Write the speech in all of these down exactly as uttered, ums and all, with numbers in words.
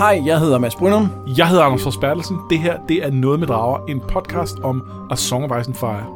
Hej, jeg hedder Mads Brynum. Jeg hedder Anders Fors Bertelsen. Det her, det er Noget med Drager, en podcast om A Song of Ice and Fire.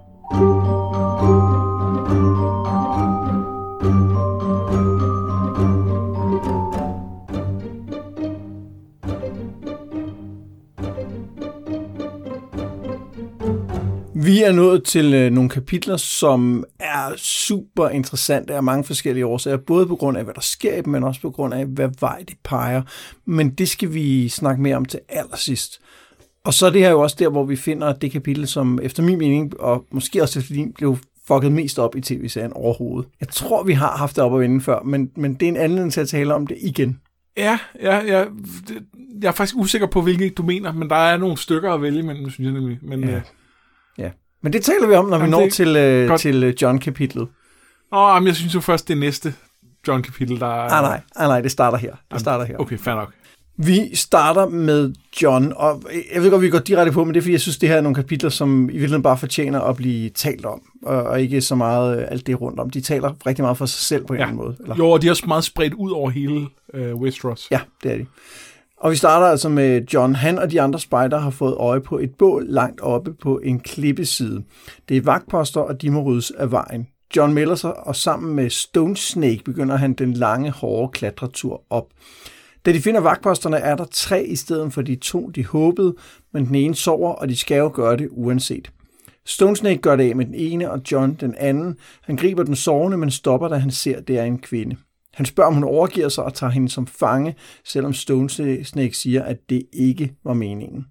Vi er nået til øh, nogle kapitler, som er super interessante af mange forskellige årsager, både på grund af, hvad der sker i dem, men også på grund af, hvad vej de peger. Men det skal vi snakke mere om til allersidst. Og så er det her jo også der, hvor vi finder det kapitel, som efter min mening, og måske også efter din, blev fucket mest op i tv-serien overhovedet. Jeg tror, vi har haft det op at vende før, men, men det er en anledning til at tale om det igen. Ja, ja, ja det, jeg er faktisk usikker på, hvilket du mener, men der er nogle stykker at vælge imellem, synes jeg nemlig. Men, ja. Ja. Men det taler vi om, når Jamen, vi når til, øh, til John-kapitlet. Åh, men jeg synes jo først, det næste John-kapitel, der er... Ah, nej, ah, nej, det starter her. Det starter her. Okay, fair nok. Vi starter med John, og jeg ved godt, vi går direkte på, men det er, fordi jeg synes, det her er nogle kapitler, som i virkeligheden bare fortjener at blive talt om, og, og ikke så meget alt det rundt om. De taler rigtig meget for sig selv på en ja. eller anden måde. Eller? Jo, og de er også meget spredt ud over hele øh, Westeros. Ja, det er de. Og vi starter altså med John. Han og de andre spejder har fået øje på et bål langt oppe på en klippeside. Det er vagtposter, og de må ryddes af vejen. John melder sig, og sammen med Stone Snake begynder han den lange, hårde klatretur op. Da de finder vagtposterne, er der tre i stedet for de to, de håbede, men den ene sover, og de skal jo gøre det uanset. Stone Snake gør det af med den ene, og John den anden. Han griber den sovende, men stopper, da han ser, det er en kvinde. Han spørger, om hun overgiver sig og tager hende som fange, selvom Stone Snake siger, at det ikke var meningen.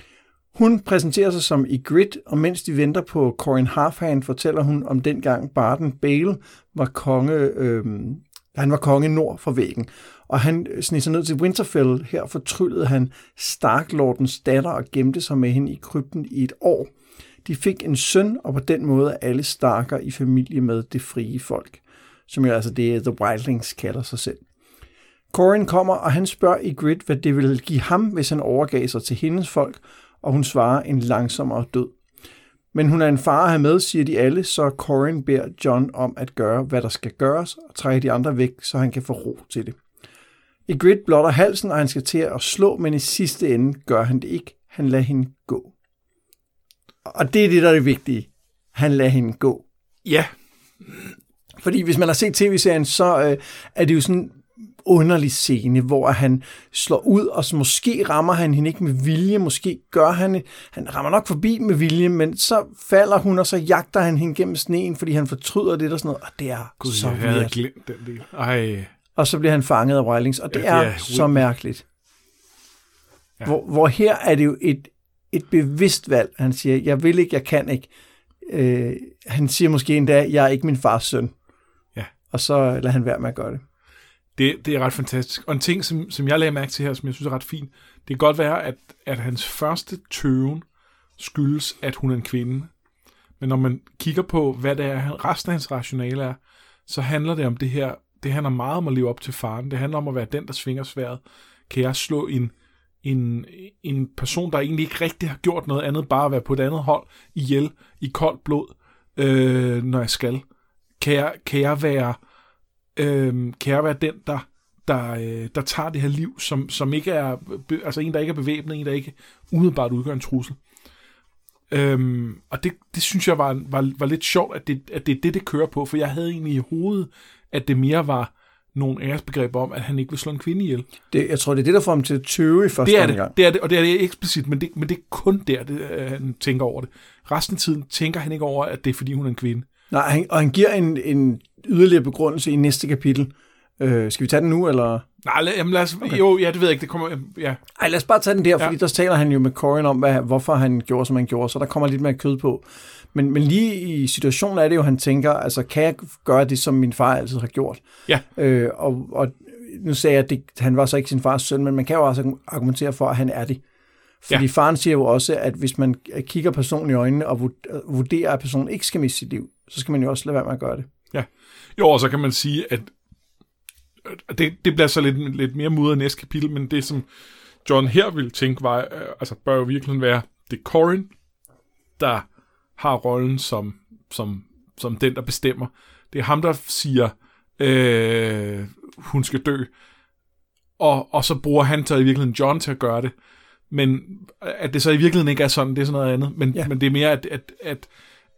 Hun præsenterer sig som Ygritte, og mens de venter på Qhorin Halfhand, fortæller hun om dengang Barden Bale var konge, øh, han var konge nord for væggen. Og han sneg sig ned til Winterfell. Her fortryllede han Stark-lordens datter og gemte sig med hende i krypten i et år. De fik en søn, og på den måde er alle Starker i familie med det frie folk, som jo altså det The Wildlings kalder sig selv. Qhorin kommer, og han spørger Ygritte, hvad det ville give ham, hvis han overgav sig til hendes folk, og hun svarer en langsommere død. Men hun er en far at have med, siger de alle, så Qhorin beder John om at gøre, hvad der skal gøres, og trække de andre væk, så han kan få ro til det. Ygritte blotter halsen, og han skal til at slå, men i sidste ende gør han det ikke. Han lader hende gå. Og det er det, der er det vigtige. Han lader hende gå. Ja. Fordi hvis man har set tv-serien, så øh, er det jo sådan en underlig scene, hvor han slår ud, og så måske rammer han hende ikke med vilje, måske gør han, han rammer nok forbi med vilje, men så falder hun, og så jagter han hende gennem sneen, fordi han fortryder det og sådan noget, og det er Gud, så jeg havde glemt den del. Ej. Og så bliver han fanget af Wildlings, og det ja, det er, er så mærkeligt. Ja. Hvor, hvor her er det jo et, et bevidst valg. Han siger, jeg vil ikke, jeg kan ikke. Øh, han siger måske endda, jeg er ikke min fars søn. Ja. Og så lader han være med at gøre det. Det, det er ret fantastisk. Og en ting, som, som jeg lagde mærke til her, som jeg synes er ret fint, det kan godt være, at, at hans første tøven skyldes, at hun er en kvinde. Men når man kigger på, hvad det er, resten af hans rationale er, så handler det om det her. Det handler meget om at leve op til faren. Det handler om at være den, der svinger sværdet. Kan jeg slå en, en, en person, der egentlig ikke rigtig har gjort noget andet, bare at være på et andet hold, ihjel, i koldt blod, øh, når jeg skal? Kan jeg, kan jeg være, øh, kan jeg være den, der, der, øh, der tager det her liv, som, som ikke er, altså en, der ikke er bevæbnet, en, der ikke umiddelbart udgør en trussel? Øhm, og det, det synes jeg var, var, var lidt sjovt, at det, at det er det, det kører på, for jeg havde egentlig i hovedet, at det mere var nogle æresbegreber om, at han ikke vil slå en kvinde ihjel. Det, jeg tror, det er det, der får ham til at tøve i første det er det, gang. Det er det, og det er det eksplicit, men det, men det er kun der, det, han tænker over det. Resten af tiden tænker han ikke over, at det er, fordi hun er en kvinde. Nej, han, og han giver en, en yderligere begrundelse i næste kapitel. Øh, skal vi tage den nu, eller? Nej, lad, jamen lad os, okay. Jo, ja, det ved jeg ikke, det kommer, ja. Ej, lad os bare tage den der, ja. fordi der taler han jo med Qhorin om, hvad, hvorfor han gjorde, som han gjorde, så der kommer lidt mere kød på. Men, men lige i situationen er det jo, han tænker, altså, kan jeg gøre det, som min far altid har gjort? Ja. Øh, og, og nu sagde jeg, at det, han var så ikke sin fars søn, men man kan jo også argumentere for, at han er det. Fordi ja. Faren siger jo også, at hvis man kigger personen i øjnene og vurderer, at personen ikke skal miste sit liv, så skal man jo også lade være med at gøre det. Ja. Jo, og så kan man sige, at det, det bliver så lidt, lidt mere mudret i næste kapitel, men det som John her ville tænke var, altså bør jo virkelig være, det er Qhorin, der har rollen som, som, som den, der bestemmer. Det er ham, der siger, øh, hun skal dø. og, og så bruger han så i virkeligheden Jon til at gøre det. Men at det så i virkeligheden ikke er sådan, det er sådan noget andet. Men, ja. men det er mere, at, at, at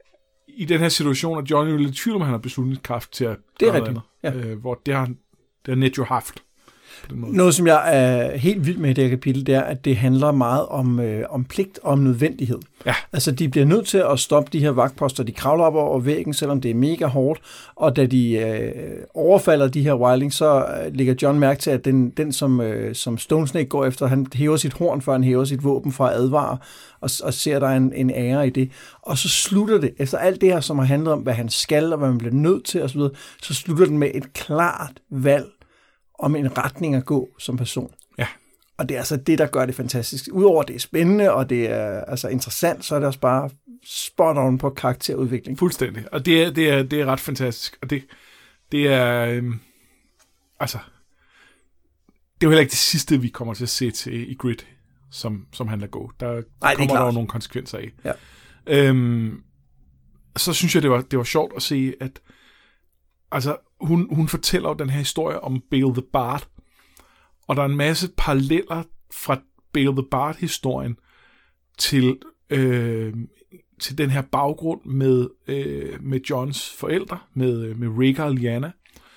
i den her situation, at Jon er jo lidt tvivl, om han har beslutningskraft til at det er gøre noget andet. Ja. Øh, hvor det har, det har Ned jo haft. Noget, som jeg er helt vild med i det her kapitel, det er, at det handler meget om, øh, om pligt og om nødvendighed. Ja. Altså, de bliver nødt til at stoppe de her vagtposter. De kravler op over væggen, selvom det er mega hårdt. Og da de øh, overfalder de her wildlings, så øh, lægger Jon mærke til, at den, den som, øh, som Stone Snake går efter, han hæver sit horn, før han hæver sit våben for at advare, og, og ser, der en, en ære i det. Og så slutter det, efter alt det her, som har handlet om, hvad han skal, og hvad man bliver nødt til osv., så slutter den med et klart valg om en retning at gå som person. Ja. Og det er altså det, der gør det fantastisk. Udover at det er spændende, og det er altså interessant, så er det også bare spot on på karakterudvikling. Fuldstændig. Og det er, det er, det er ret fantastisk. Og det, det er... Øhm, altså... Det er jo heller ikke det sidste, vi kommer til at se til i Grid, som, som han lader gå. Der, der Ej, kommer der jo nogle konsekvenser af. Ja. Øhm, så synes jeg, det var, det var sjovt at se, at altså, hun, hun fortæller jo den her historie om Bael the Bard, og der er en masse paralleller fra Bael the Bard-historien til, øh, til den her baggrund med, øh, med Jons forældre, med, med Rhaegar og Lyanna.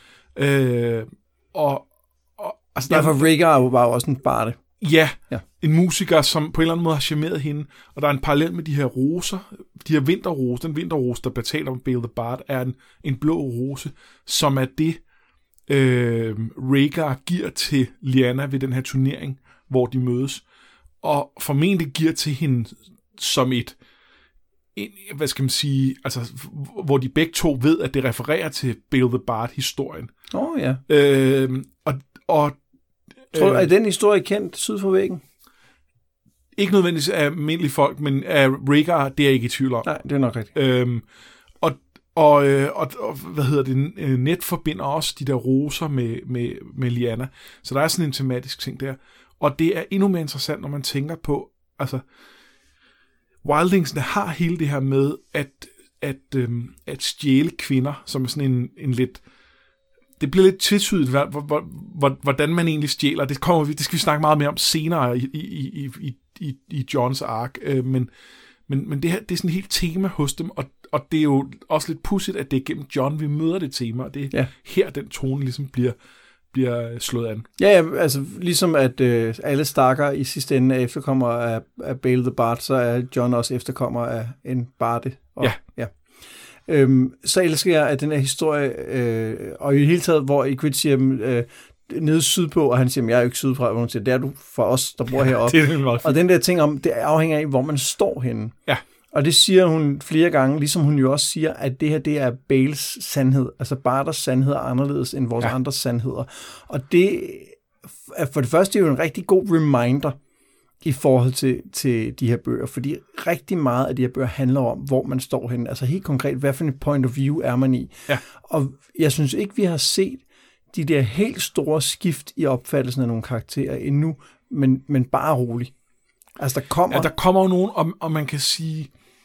Øh, og, og, altså, ja, for Rhaegar var jo også en barde. Ja, ja, en musiker, som på en eller anden måde har charmeret hende, og der er en parallel med de her roser, de her vinterrose, den vinterrose, der bliver talt om Bael the Bard, er en, en blå rose, som er det, øh, Rhaegar giver til Lyanna ved den her turnering, hvor de mødes, og formentlig giver til hende som et, en, hvad skal man sige, altså, hvor de begge to ved, at det refererer til Bael the Bard-historien. Åh, oh, ja. Øh, og, og Tror du, er den historie kendt syd for væggen? Ikke nødvendigvis af almindelige folk, men af Rhaegar, det er jeg ikke i tvivl om. Nej, det er nok rigtigt. Øhm, og, og, og, og, hvad hedder det, Net forbinder også de der roser med, med, med Lyanna. Så der er sådan en tematisk ting der. Og det er endnu mere interessant, når man tænker på, altså, wildlingsene har hele det her med, at, at, øhm, at stjæle kvinder, som er sådan en, en lidt... Det bliver lidt tvetydigt, hvordan man egentlig stjæler. Det, kommer vi, det skal vi snakke meget mere om senere i, i, i, i, i Jons ark. Men, men, men det, her, det er sådan et helt tema hos dem, og, og det er jo også lidt pudsigt, at det er gennem Jon, vi møder det tema, og det er ja. her, den tone ligesom bliver, bliver slået an. Ja, ja, altså ligesom at øh, alle Starker i sidste ende er efterkommer af, af Bael the Bard, så er Jon også efterkommer af en barde. Og, ja. ja. Øhm, så elsker jeg, at den her historie, øh, og i det hele taget, hvor Ygritte siger, øh, nede sydpå, og han siger, jeg er jo ikke sydfra, og hun siger, det er du for os, der bor heroppe. Ja, det er og den der ting om, det afhænger af, hvor man står henne. Ja. Og det siger hun flere gange, ligesom hun jo også siger, at det her, det er Baels sandhed. Altså Barders sandhed er anderledes end vores ja. andres sandheder. Og det er for det første jo en rigtig god reminder i forhold til, til de her bøger, fordi rigtig meget af de her bøger handler om, hvor man står henne. Altså helt konkret, hvad for et point of view er man i. Ja. Og jeg synes ikke, vi har set de der helt store skift i opfattelsen af nogle karakterer endnu, men, men bare roligt. Altså der kommer... Ja, der kommer jo nogen, og, og man kan sige,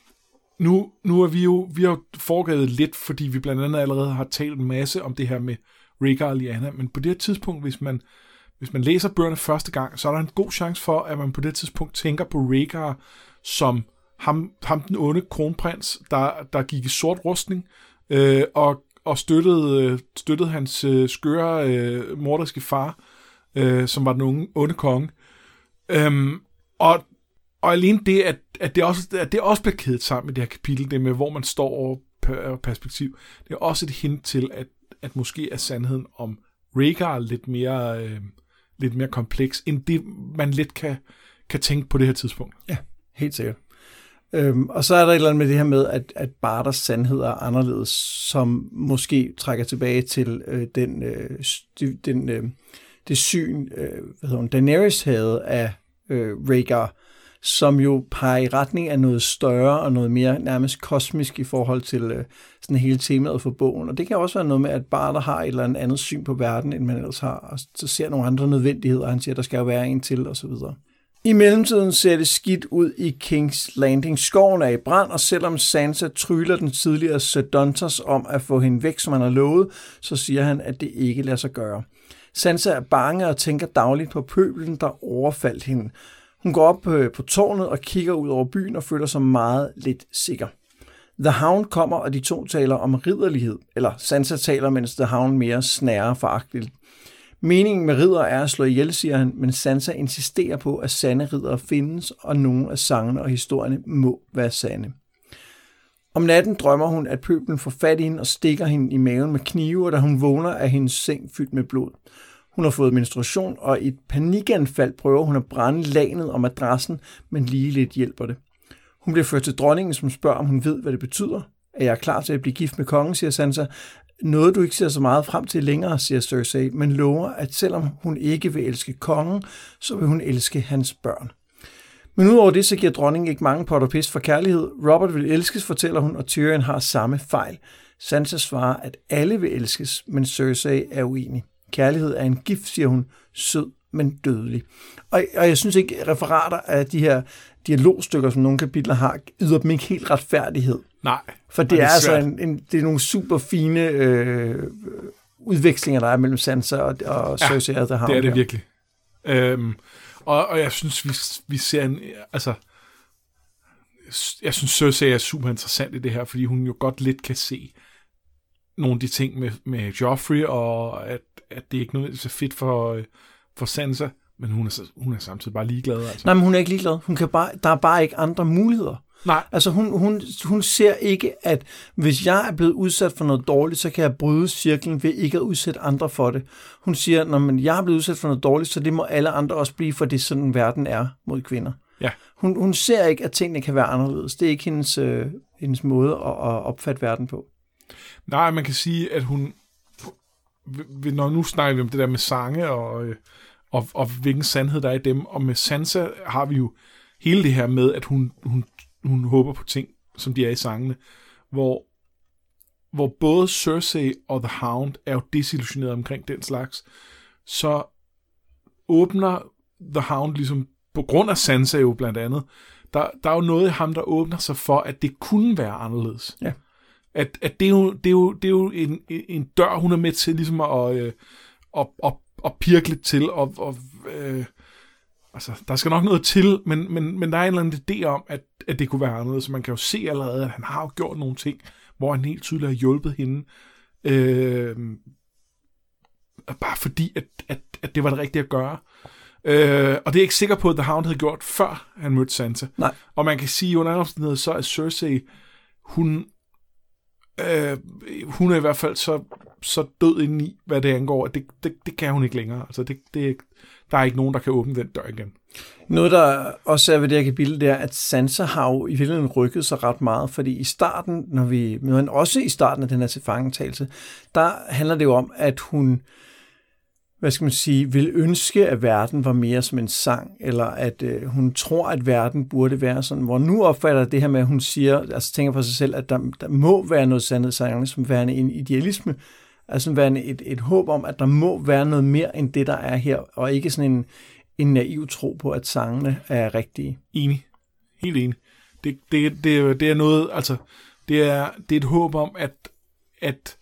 nu, nu er vi jo, vi har jo foregået lidt, fordi vi blandt andet allerede har talt en masse om det her med Rhaegar og Lyanna, men på det her tidspunkt, hvis man Hvis man læser bøgerne første gang, så er der en god chance for, at man på det tidspunkt tænker på Rhaegar som ham, ham den onde kronprins, der, der gik i sort rustning, øh, og, og støttede, støttede hans øh, skøre øh, morderske far, øh, som var den unge, onde konge. Øhm, og, og alene det, at, at, det også, at det også bliver kædet sammen i det her kapitel, det med, hvor man står over perspektiv, det er også et hint til, at, at måske er sandheden om Rhaegar lidt mere... Øh, lidt mere kompleks, end det, man lidt kan, kan tænke på det her tidspunkt. Ja, helt sikkert. Øhm, og så er der et eller andet med det her med, at, at Barders sandhed er anderledes, som måske trækker tilbage til øh, den, øh, den, øh, det syn, øh, hvad hedder hun, Daenerys havde af øh, Rhaegar, som jo peger i retning af noget større og noget mere nærmest kosmisk i forhold til øh, sådan hele temaet for bogen. Og det kan også være noget med, at Barter har et eller andet syn på verden, end man ellers har, og så ser nogle andre nødvendigheder. Han siger, at der skal jo være en til, og så videre. I mellemtiden ser det skidt ud i King's Landing. Skoven er i brand, og selvom Sansa tryller den tidligere Ser Dontos om at få hende væk, som han har lovet, så siger han, at det ikke lader sig gøre. Sansa er bange og tænker dagligt på pøbelen, der overfaldt hende. Hun går op på tårnet og kigger ud over byen og føler sig meget lidt sikker. The Hound kommer, og de to taler om ridderlighed, eller Sansa taler, mens The Hound mere snærer foragteligt. Meningen med ridder er at slå ihjel, siger han, men Sansa insisterer på, at sande riddere findes, og nogle af sangene og historierne må være sande. Om natten drømmer hun, at pøblen får fat i hende og stikker hende i maven med knive, og da hun vågner, er hendes seng fyldt med blod. Hun har fået menstruation, og i et panikanfald prøver hun at brænde lagenet om madrassen, men lige lidt hjælper det. Hun bliver ført til dronningen, som spørger, om hun ved, hvad det betyder. Er jeg klar til at blive gift med kongen, siger Sansa. Noget, du ikke ser så meget frem til længere, siger Cersei, men lover, at selvom hun ikke vil elske kongen, så vil hun elske hans børn. Men udover det, så giver dronningen ikke mange pot og pis for kærlighed. Robert vil elskes, fortæller hun, og Tyrion har samme fejl. Sansa svarer, at alle vil elskes, men Cersei er uenig. Kærlighed er en gift, siger hun, sød, men dødelig. Og, og jeg synes ikke, referater af de her dialogstykker, som nogle kapitler har, yder dem ikke helt retfærdighed. Nej. For det, det er, er altså en, en, det er nogle super fine øh, udvekslinger, der er mellem Sansa og, og Cersei ja, og The Hound. det er det virkelig. Øhm, og, og jeg synes, vi, vi ser en... Altså, jeg synes, Cersei er super interessant i det her, fordi hun jo godt lidt kan se nogle af de ting med, med Joffrey, og at, at det ikke nødvendigvis er fedt for, for Sansa, men hun er, hun er samtidig bare ligeglad. Altså. Nej, men hun er ikke ligeglad. Hun kan bare, der er bare ikke andre muligheder. Nej. Altså hun, hun, hun ser ikke, at hvis jeg er blevet udsat for noget dårligt, så kan jeg bryde cirklen ved ikke at udsætte andre for det. Hun siger, når man, jeg er blevet udsat for noget dårligt, så det må alle andre også blive, for det er sådan verden er mod kvinder. Ja. Hun, hun ser ikke, at tingene kan være anderledes. Det er ikke hendes, øh, hendes måde at, at opfatte verden på. Nej, man kan sige, at hun, når nu snakker vi om det der med sange, og, og, og hvilken sandhed der er i dem, og med Sansa har vi jo hele det her med, at hun, hun, hun håber på ting, som de er i sangene, hvor, hvor både Cersei og The Hound er jo desillusioneret omkring den slags, så åbner The Hound ligesom, på grund af Sansa jo blandt andet, der, der er jo noget i ham, der åbner sig for, at det kunne være anderledes. Ja. At, at det er jo, det er jo, det er jo en, en dør, hun er med til ligesom at, øh, at, at, at pirke lidt til, og, og øh, altså, der skal nok noget til, men, men, men der er en eller anden idé om, at, at det kunne være anderledes, så man kan jo se allerede, at han har jo gjort nogle ting, hvor han helt tydeligt har hjulpet hende, øh, bare fordi, at, at, at det var det rigtige at gøre. Øh, og det er jeg ikke sikker på, at The Hound havde gjort, før han mødte Sansa. Nej. Og man kan sige, under andre omstændigheder, så er Cersei, hun, øh, hun er i hvert fald så, så død indeni, hvad det angår, at det, det, det kan hun ikke længere. Altså, det, det, der er ikke nogen, der kan åbne den dør igen. Noget, der også er ved det her kapitel, det er, at Sansa har jo i virkeligheden rykket sig ret meget, fordi i starten, når vi, men også i starten af den her tilfangetagelse, der handler det jo om, at hun, hvad skal man sige, vil ønske, at verden var mere som en sang, eller at øh, hun tror, at verden burde være sådan, hvor nu opfatter det her med, at hun siger, altså tænker på sig selv, at der, der må være noget sandhedssagende, som værende en idealisme, altså værende et, et håb om, at der må være noget mere end det, der er her, og ikke sådan en, en naiv tro på, at sangene er rigtige. Enig. Helt enig. Det, det, det, det er noget, altså, det er, det er et håb om, at, at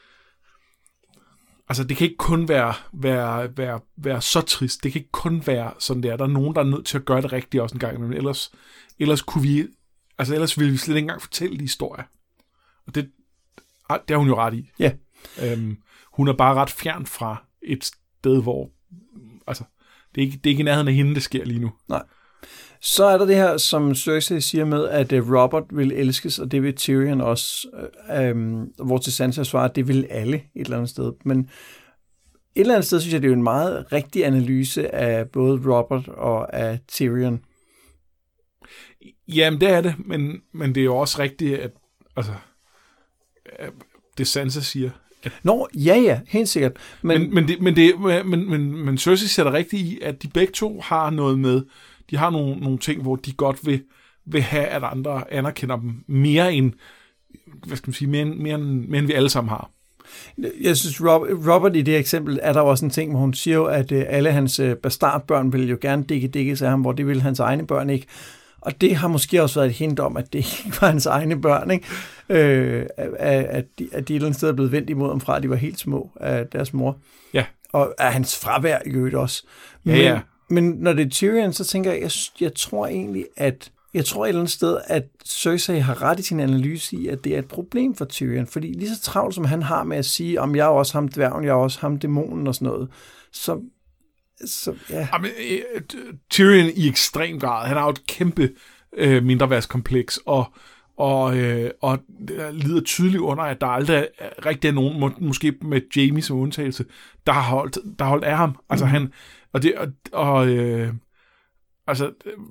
altså, det kan ikke kun være, være, være, være så trist. Det kan ikke kun være sådan der. Der er nogen, der er nødt til at gøre det rigtigt også en gang. Men ellers, ellers kunne vi, altså ellers ville vi slet ikke engang fortælle de historier. Og det, det har hun jo ret i. Ja. Øhm, hun er bare ret fjern fra et sted, hvor, altså, det er ikke, det er ikke i nærheden af hende, det sker lige nu. Nej. Så er der det her, som Cersei siger med, at Robert vil elskes, og det vil Tyrion også, øh, hvor til Sansa svarer, at det vil alle et eller andet sted. Men et eller andet sted, synes jeg, det er jo en meget rigtig analyse af både Robert og af Tyrion. Jamen, det er det, men, men det er jo også rigtigt, at altså, det Sansa siger. At, Nå, ja, ja, helt sikkert. Men, men, men, det, men, det, men, men, men Cersei siger det rigtigt i, at de begge to har noget med, de har nogle, nogle ting, hvor de godt vil, vil have, at andre anerkender dem mere end, hvad skal man sige, mere end, mere end, mere end vi alle sammen har. Jeg synes, Robert i det eksempel, er der også en ting, hvor hun siger jo, at alle hans bastardbørn vil jo gerne digge digge af ham, hvor det vil hans egne børn ikke. Og det har måske også været et hint om, at det ikke var hans egne børn, ikke? Øh, at, de, at de et eller andet sted er blevet vendt imod ham fra, at de var helt små af deres mor. Ja. Og af hans fravær i øvrigt også. Men, ja, ja. men når det er Tyrion, så tænker jeg, jeg, jeg tror egentlig, at jeg tror et eller andet sted, at Cersei har ret i sin analyse i, at det er et problem for Tyrion. Fordi lige så travlt, som han har med at sige, om jeg er også ham dværgen, jeg er også ham dæmonen og sådan noget, så Så, ja. Jamen, Tyrion i ekstrem grad, han har jo et kæmpe øh, mindreværdskompleks, og, og, øh, og lider tydeligt under, at der aldrig er, rigtig er nogen, må, måske med Jaime som undtagelse, der har holdt, der har holdt af ham. Altså mm. han, og det, og, og øh, altså,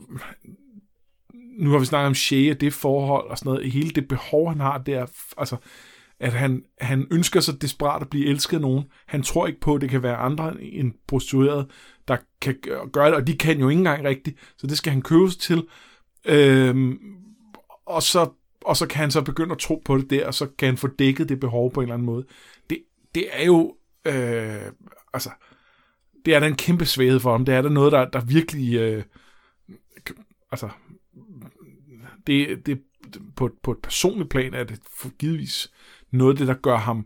nu har vi snakket om Shae, det forhold og sådan noget, hele det behov, han har der, altså, at han, han ønsker sig desperat at blive elsket af nogen. Han tror ikke på, at det kan være andre end prostituerede, der kan gøre det, og de kan jo ikke engang rigtigt, så det skal han købe sig til. Øhm, og, så, og så kan han så begynde at tro på det der, og så kan han få dækket det behov på en eller anden måde. Det, det er jo, øh, altså, det er da en kæmpe svaghed for ham. Det er da noget, der, der virkelig, øh, altså, det, det på, på et personligt plan er det givetvis noget af det, der gør ham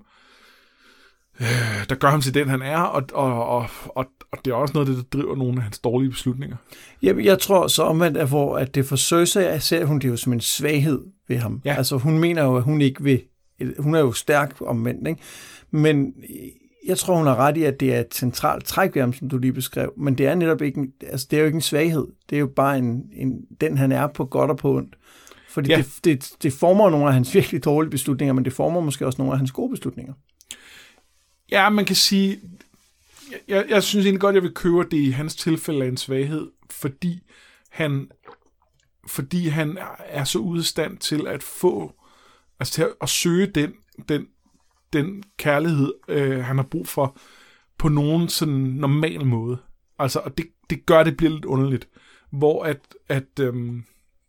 øh, der gør ham til den, han er, og, og, og, og, og det er også noget af det, der driver nogle af hans dårlige beslutninger. Jamen, jeg tror så omvendt, at, hvor, at det for Cersei ser hun det jo som en svaghed ved ham. Ja. Altså, hun mener jo, at hun ikke vil, hun er jo stærk omvendt, ikke? Men jeg tror, hun har ret i, at det er et centralt træk ved ham, som du lige beskrev, men det er netop ikke en, altså, det er jo ikke en svaghed. Det er jo bare en, en, den, han er på godt og på ondt. Fordi ja. det, det, det former nogle af hans virkelig dårlige beslutninger, men det former måske også nogle af hans gode beslutninger. Ja, man kan sige, jeg, jeg synes egentlig godt, jeg vil købe det i hans tilfælde af en svaghed, fordi han, fordi han er så ude af stand til at få, altså til at, at søge den, den, den kærlighed, øh, han har brug for, på nogen sådan normal måde. Altså, og det, det gør, det bliver lidt underligt, hvor at, at øhm,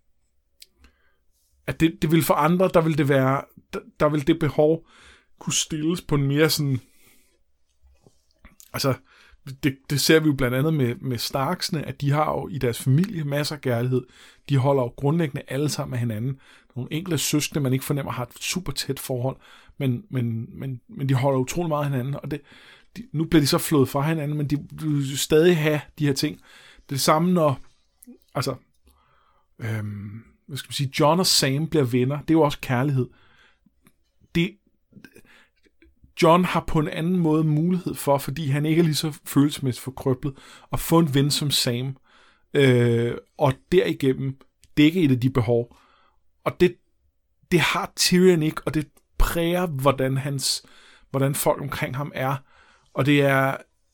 at det, det vil for andre, der vil det være, der, der vil det behov kunne stilles på en mere sådan, altså, det, det ser vi jo blandt andet med, med Starksene, at de har jo i deres familie masser af kærlighed. De holder jo grundlæggende alle sammen med hinanden. Nogle enkelte søskende, man ikke fornemmer, har et super tæt forhold, men, men, men, men de holder utrolig meget af hinanden, og det, de, nu bliver de så flået fra hinanden, men de vil jo stadig have de her ting. Det er det samme, når, altså, øhm, hvad skal man sige, Jon og Sam bliver venner. Det er jo også kærlighed. Det, Jon har på en anden måde mulighed for, fordi han ikke er lige så følelsesmæssigt forkrøblet, at få en ven som Sam, øh, og derigennem dække et af de behov. Og det, det har Tyrion ikke, og det præger, hvordan, hans, hvordan folk omkring ham er. Og det er...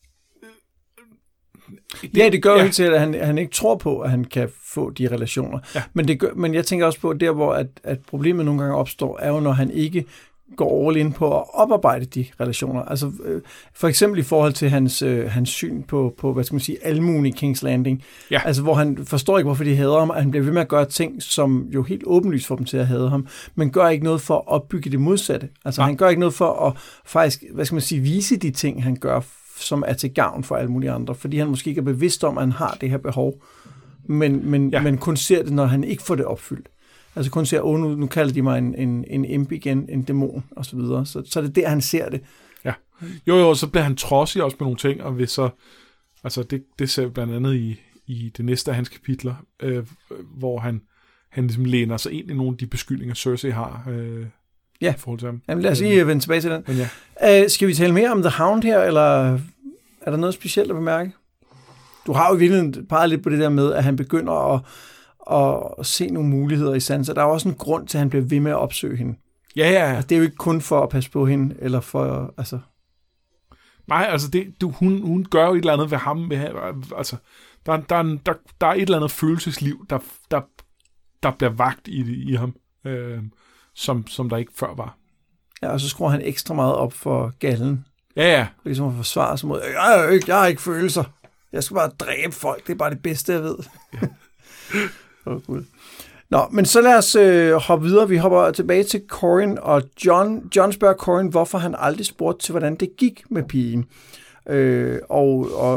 Det, ja, det gør jo ja. til, at han, han ikke tror på, at han kan få de relationer. Ja. Men, det gør, men jeg tænker også på, at der, hvor at, at problemet nogle gange opstår, er jo, når han ikke går all in på at oparbejde de relationer. Altså øh, for eksempel i forhold til hans, øh, hans syn på, på, hvad skal man sige, almuen i King's Landing. Ja. Altså hvor han forstår ikke, hvorfor de hader ham, at han bliver ved med at gøre ting, som jo helt åbenlyst får dem til at hade ham, men gør ikke noget for at opbygge det modsatte. Altså ja. han gør ikke noget for at faktisk, hvad skal man sige, vise de ting, han gør, som er til gavn for alle mulige andre, fordi han måske ikke er bevidst om, at han har det her behov, men, men, ja. men kun ser det, når han ikke får det opfyldt. Altså kun ser, åh, nu, nu kalder de mig en, en, en imp igen, en dæmon, og så videre. Så, så er det der, han ser det. Ja. Jo, jo, så bliver han trodsig også med nogle ting, og hvis så, altså det, det ser vi blandt andet i, i det næste af hans kapitler, øh, hvor han, han ligesom læner sig ind i nogle af de beskyldninger, Cersei har, øh, ja. i forhold til ham. Jamen lad os lige vende tilbage til den. Men ja. uh, skal vi tale mere om The Hound her, eller er der noget specielt at bemærke? Du har jo virkelig peget lidt på det der med, at han begynder at og se nogle muligheder i Sansa. Der er også en grund til, at han bliver ved med at opsøge hende. Ja, ja, ja. Altså, det er jo ikke kun for at passe på hende, eller for, altså... Nej, altså, det, du, hun, hun gør jo et eller andet ved ham. Ved, altså, der, der, der, der er et eller andet følelsesliv, der, der, der bliver vagt i, i ham, øh, som, som der ikke før var. Ja, og så skruer han ekstra meget op for gallen. Ja, ja. Ligesom at forsvare sig mod, jeg, er ikke, jeg har ikke følelser. Jeg skal bare dræbe folk. Det er bare det bedste, jeg ved. Ja. Oh, Gud. Nå, men så lad os øh, hoppe videre. Vi hopper tilbage til Corin, og Jon, Jon spørger Corin, hvorfor han aldrig spurgte til, hvordan det gik med pigen. Øh, og, og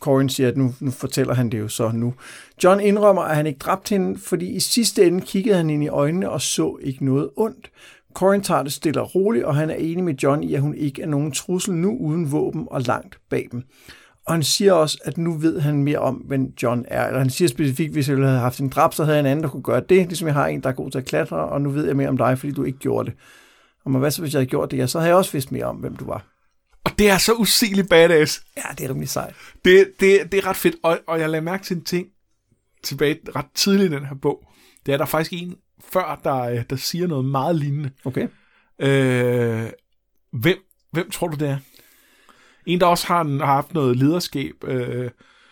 Corin siger, at nu, nu fortæller han det jo så nu. John indrømmer, at han ikke dræbte hende, fordi i sidste ende kiggede han ind i øjnene og så ikke noget ondt. Corin tager det stille og roligt, og han er enig med John i, at hun ikke er nogen trussel nu uden våben og langt bag dem. Og han siger også, at nu ved han mere om, hvem John er. Eller han siger specifikt, hvis jeg ville have haft en drab, så havde jeg en anden, der kunne gøre det. Ligesom jeg har en, der er god til at klatre, og nu ved jeg mere om dig, fordi du ikke gjorde det. Og hvad så, hvis jeg havde gjort det? Ja, så havde jeg også vidst mere om, hvem du var. Og det er så usigeligt badass. Ja, det er rimelig sejt. Det, det, det er ret fedt, og, og jeg lagde mærke til en ting tilbage ret tidligt i den her bog. Det er der faktisk en før, der, der siger noget meget lignende. Okay. Øh, hvem, hvem tror du, det er? En, der også har, har haft noget lederskab. Øh.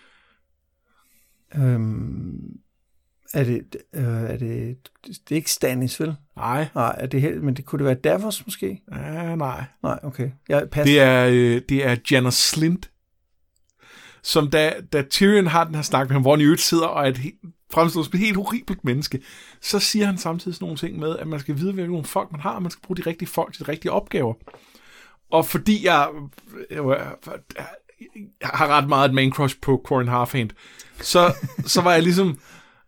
Øhm, er, det, øh, er det... Det er ikke Stannis, vel? Nej. Nej, er det helt, men det kunne det være Davos måske? Ja, nej. Nej, okay. Jeg det, er, øh, det er Janos Slynt, som da, da Tyrion har den her snak med ham, hvor han i øvrigt sidder og er et helt, fremstået som et helt horribelt menneske, så siger han samtidig sådan nogle ting med, at man skal vide, hvilke folk man har, og man skal bruge de rigtige folk til de rigtige opgaver. Og fordi jeg, jeg, jeg, jeg har ret meget et main crush på Corin Harfand, så, så var jeg ligesom...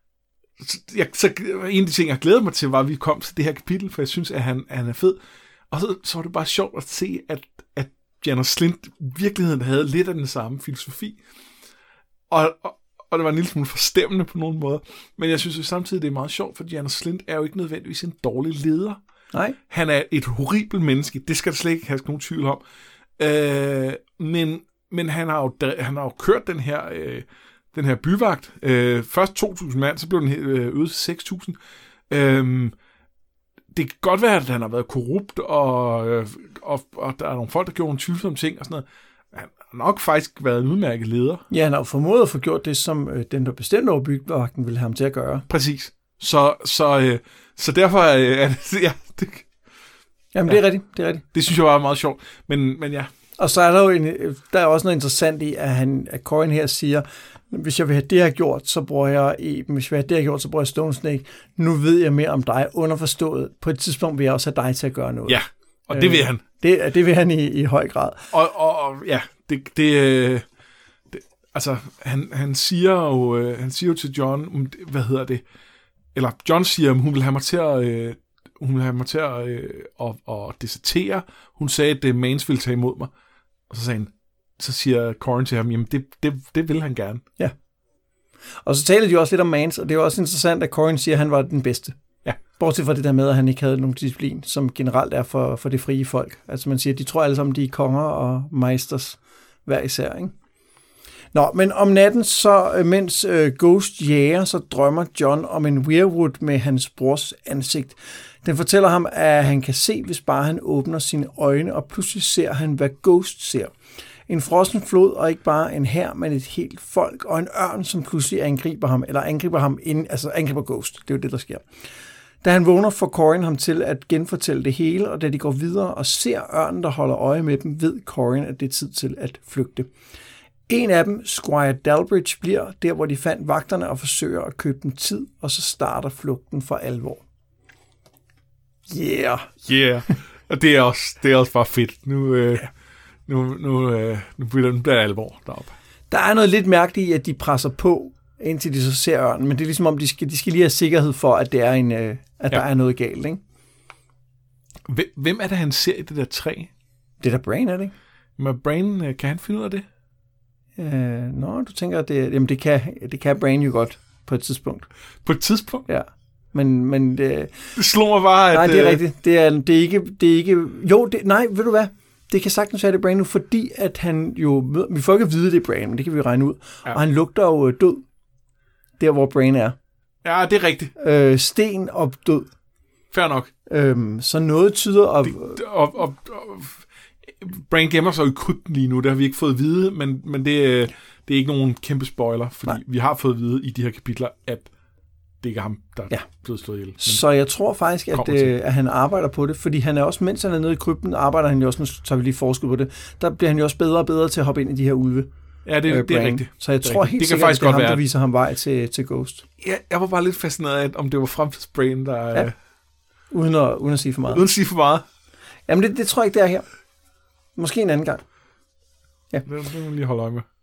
Jeg, så en af de ting, jeg glæder mig til, var, at vi kom til det her kapitel, for jeg synes, at han, at han er fed. Og så, så var det bare sjovt at se, at, at Janos Slynt i virkeligheden havde lidt af den samme filosofi. Og, og, og det var en lille smule forstemmende på nogle måder. Men jeg synes jo samtidig, det er meget sjovt, for Janos Slynt er jo ikke nødvendigvis en dårlig leder. Nej. Han er et horribelt menneske, det skal der slet ikke have nogen tvivl om. Øh, men, men han har jo, han har jo kørt den her... Øh, den her byvagt. Øh, først to tusind mand, så blev den øh, øget til seks tusind. Øh, det kan godt være, at han har været korrupt, og, øh, og, og der er nogle folk, der gjorde nogle tvivlsomme ting og sådan noget. Han har nok faktisk været en udmærket leder. Ja, han har jo formået at få gjort det, som øh, den, der bestemte over bygvagten, ville have ham til at gøre. Præcis. Så, så, øh, så derfor øh, er det... Ja, det Jamen, ja, det er rigtigt. Det er rigtigt. Det synes jeg var meget sjovt. Men, men ja. Og så er der jo en, der er også noget interessant i, at, han, at Corin her siger, hvis jeg vil have det her gjort, så bruger jeg Eben. Hvis jeg vil have det her gjort, så bruger jeg Stone Snake. Nu ved jeg mere om dig, underforstået. På et tidspunkt vil jeg også have dig til at gøre noget. Ja, og det øh, vil han. Det, det vil han i, i høj grad. Og, og, og ja, det, det, det altså, han, han siger jo, han siger jo til John, hvad hedder det, eller John siger, at hun vil have mig til at, øh, hun vil have mig til at, øh, at, at desertere. Hun sagde, at Mance ville tage imod mig. Og så sagde han, så siger Corin til ham, jamen det, det, det vil han gerne. Ja. Og så taler de også lidt om Mance, og det er også interessant, at Corin siger, at han var den bedste. Ja. Bortset fra det der med, at han ikke havde nogen disciplin, som generelt er for, for det frie folk. Altså man siger, at de tror alle sammen, de er konger og meisters hver især, ikke? Nå, men om natten, så mens øh, Ghost jager, så drømmer John om en weirwood med hans brors ansigt. Den fortæller ham, at han kan se, hvis bare han åbner sine øjne, og pludselig ser han, hvad Ghost ser. En frossen flod, og ikke bare en hær, men et helt folk, og en ørn, som pludselig angriber ham, eller angriber ham ind, altså angriber Ghost. Det er jo det, der sker. Da han vågner, får Corin ham til at genfortælle det hele, og da de går videre og ser ørnen, der holder øje med dem, ved Corin, at det er tid til at flygte. En af dem, Squire Dalbridge, bliver der, hvor de fandt vagterne og forsøger at købe dem tid, og så starter flugten for alvor. Yeah! Yeah! Og det er også, det er også bare fedt. Nu, øh, yeah. nu, nu, øh, nu bliver det alvor deroppe. Der er noget lidt mærkeligt i, at de presser på, indtil de så ser ørnen, men det er ligesom om, de skal, de skal lige have sikkerhed for, at, det er en, øh, at ja. der er noget galt, ikke? Hvem er det, han ser i det der træ? Det der Brain, er det ikke? Men Brain, kan han finde ud af det? Øh, nå, du tænker, at det, jamen det, kan, det kan Brain jo godt på et tidspunkt. På et tidspunkt? Ja. Men, men det, det slår mig bare, at... Nej, det er rigtigt. Det er, det er, ikke, det er ikke... Jo, det, nej, ved du hvad? Det kan sagtens være, det er Brain nu, fordi at han jo... Vi får ikke at vide, det er Brain, men det kan vi regne ud. Ja. Og han lugter jo død, der hvor Brain er. Ja, det er rigtigt. Øh, sten og død. Fair nok. Øhm, så noget tyder... Og, det, og, og, og Brain gemmer sig i krypten lige nu, det har vi ikke fået at vide, men, men det, det er ikke nogen kæmpe spoiler, fordi nej. Vi har fået at vide i de her kapitler, at det ikke er ham, der ja. er blevet slået ihjel. Så jeg tror faktisk, at, øh, at han arbejder på det, fordi han er også, mens han er nede i krypten, arbejder han jo også, nu tager vi lige forskud på det, der bliver han jo også bedre og bedre til at hoppe ind i de her ulve. Ja, det, øh, det er rigtigt. Så jeg det tror helt det sikkert, at det er ham, der viser ham vej til, til Ghost. Ja, jeg var bare lidt fascineret af, om det var fremtidsbrain, der... Ja. Øh, uden, at, uden at sige for meget. Uden at sige for meget. Jamen, det, det tror jeg ikke, det er her. Måske en anden gang. Ja. Det, det må lige holde øje med. Ja.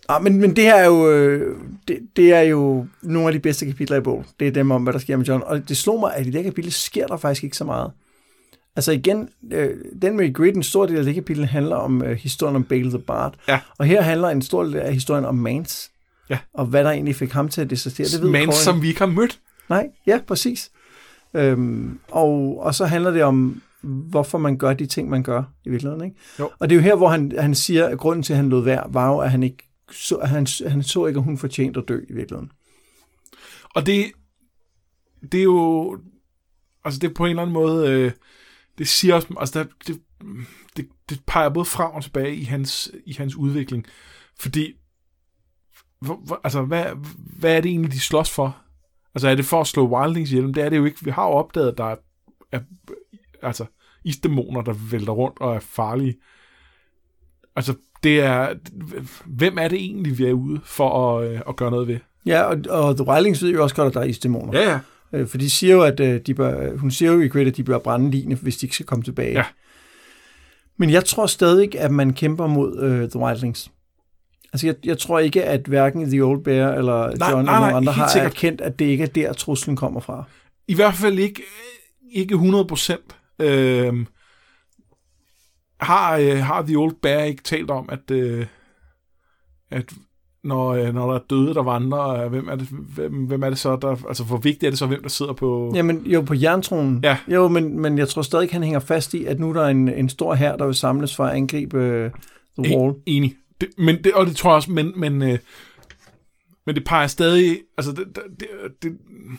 Ah, men, men det her er jo, det, det er jo nogle af de bedste kapitler i bogen. Det er dem om, hvad der sker med John. Og det slog mig, at i det kapitel sker der faktisk ikke så meget. Altså igen, øh, den med Grid, en stor del af det kapitel handler om øh, historien om Bale the Bard. Ja. Og her handler en stor del af historien om Mance. Ja. Og hvad der egentlig fik ham til at desertere. Det ved Mance, Corin. som vi ikke har mødt. Nej, ja, præcis. Øhm, og, og så handler det om, hvorfor man gør de ting, man gør i virkeligheden. Ikke? Jo. Og det er jo her, hvor han, han siger, at grunden til, at han lod være, var jo, at han ikke så, at han, han så ikke, at hun fortjente at dø i virkeligheden. Og det, det er jo, altså det er på en eller anden måde, øh, det siger også, altså der, det, det, det peger både frem og tilbage i hans, i hans udvikling. Fordi, hvor, hvor, altså hvad, hvad er det egentlig, de slås for? Altså er det for at slå wildlings ihjel? Det er det jo ikke. Vi har jo opdaget, at der er, er altså isdæmoner, der vælter rundt og er farlige. Altså det er, hvem er det egentlig, vi er ude for at, øh, at gøre noget ved? Ja, og, og The Wildlings ved jo også godt, at der er isdæmoner. Ja, ja. Øh, for de siger jo, at de bør, hun siger jo i Grid, at de bør brænde ligene, hvis de ikke skal komme tilbage. Ja. Men jeg tror stadig, at man kæmper mod uh, The Wildlings. Altså, jeg, jeg tror ikke, at hverken The Old Bear eller John nej, nej, eller nogen andre har sikkert erkendt, at det ikke er der, truslen kommer fra. I hvert fald ikke, ikke hundrede procent. Øh, har, øh, har The Old Bear ikke talt om, at, øh, at når, øh, når der er døde, der vandrer, hvem er det, hvem, hvem er det så, der, altså hvor vigtigt er det så, hvem der sidder på... Jamen, jo, på jerntronen. Ja. Jo, men, men jeg tror stadig, han hænger fast i, at nu der er en, en stor hær, der vil samles for at angribe uh, The Wall. Enig. Det, men det, og det tror jeg også, men, men, øh, men det peger stadig, altså det, det, det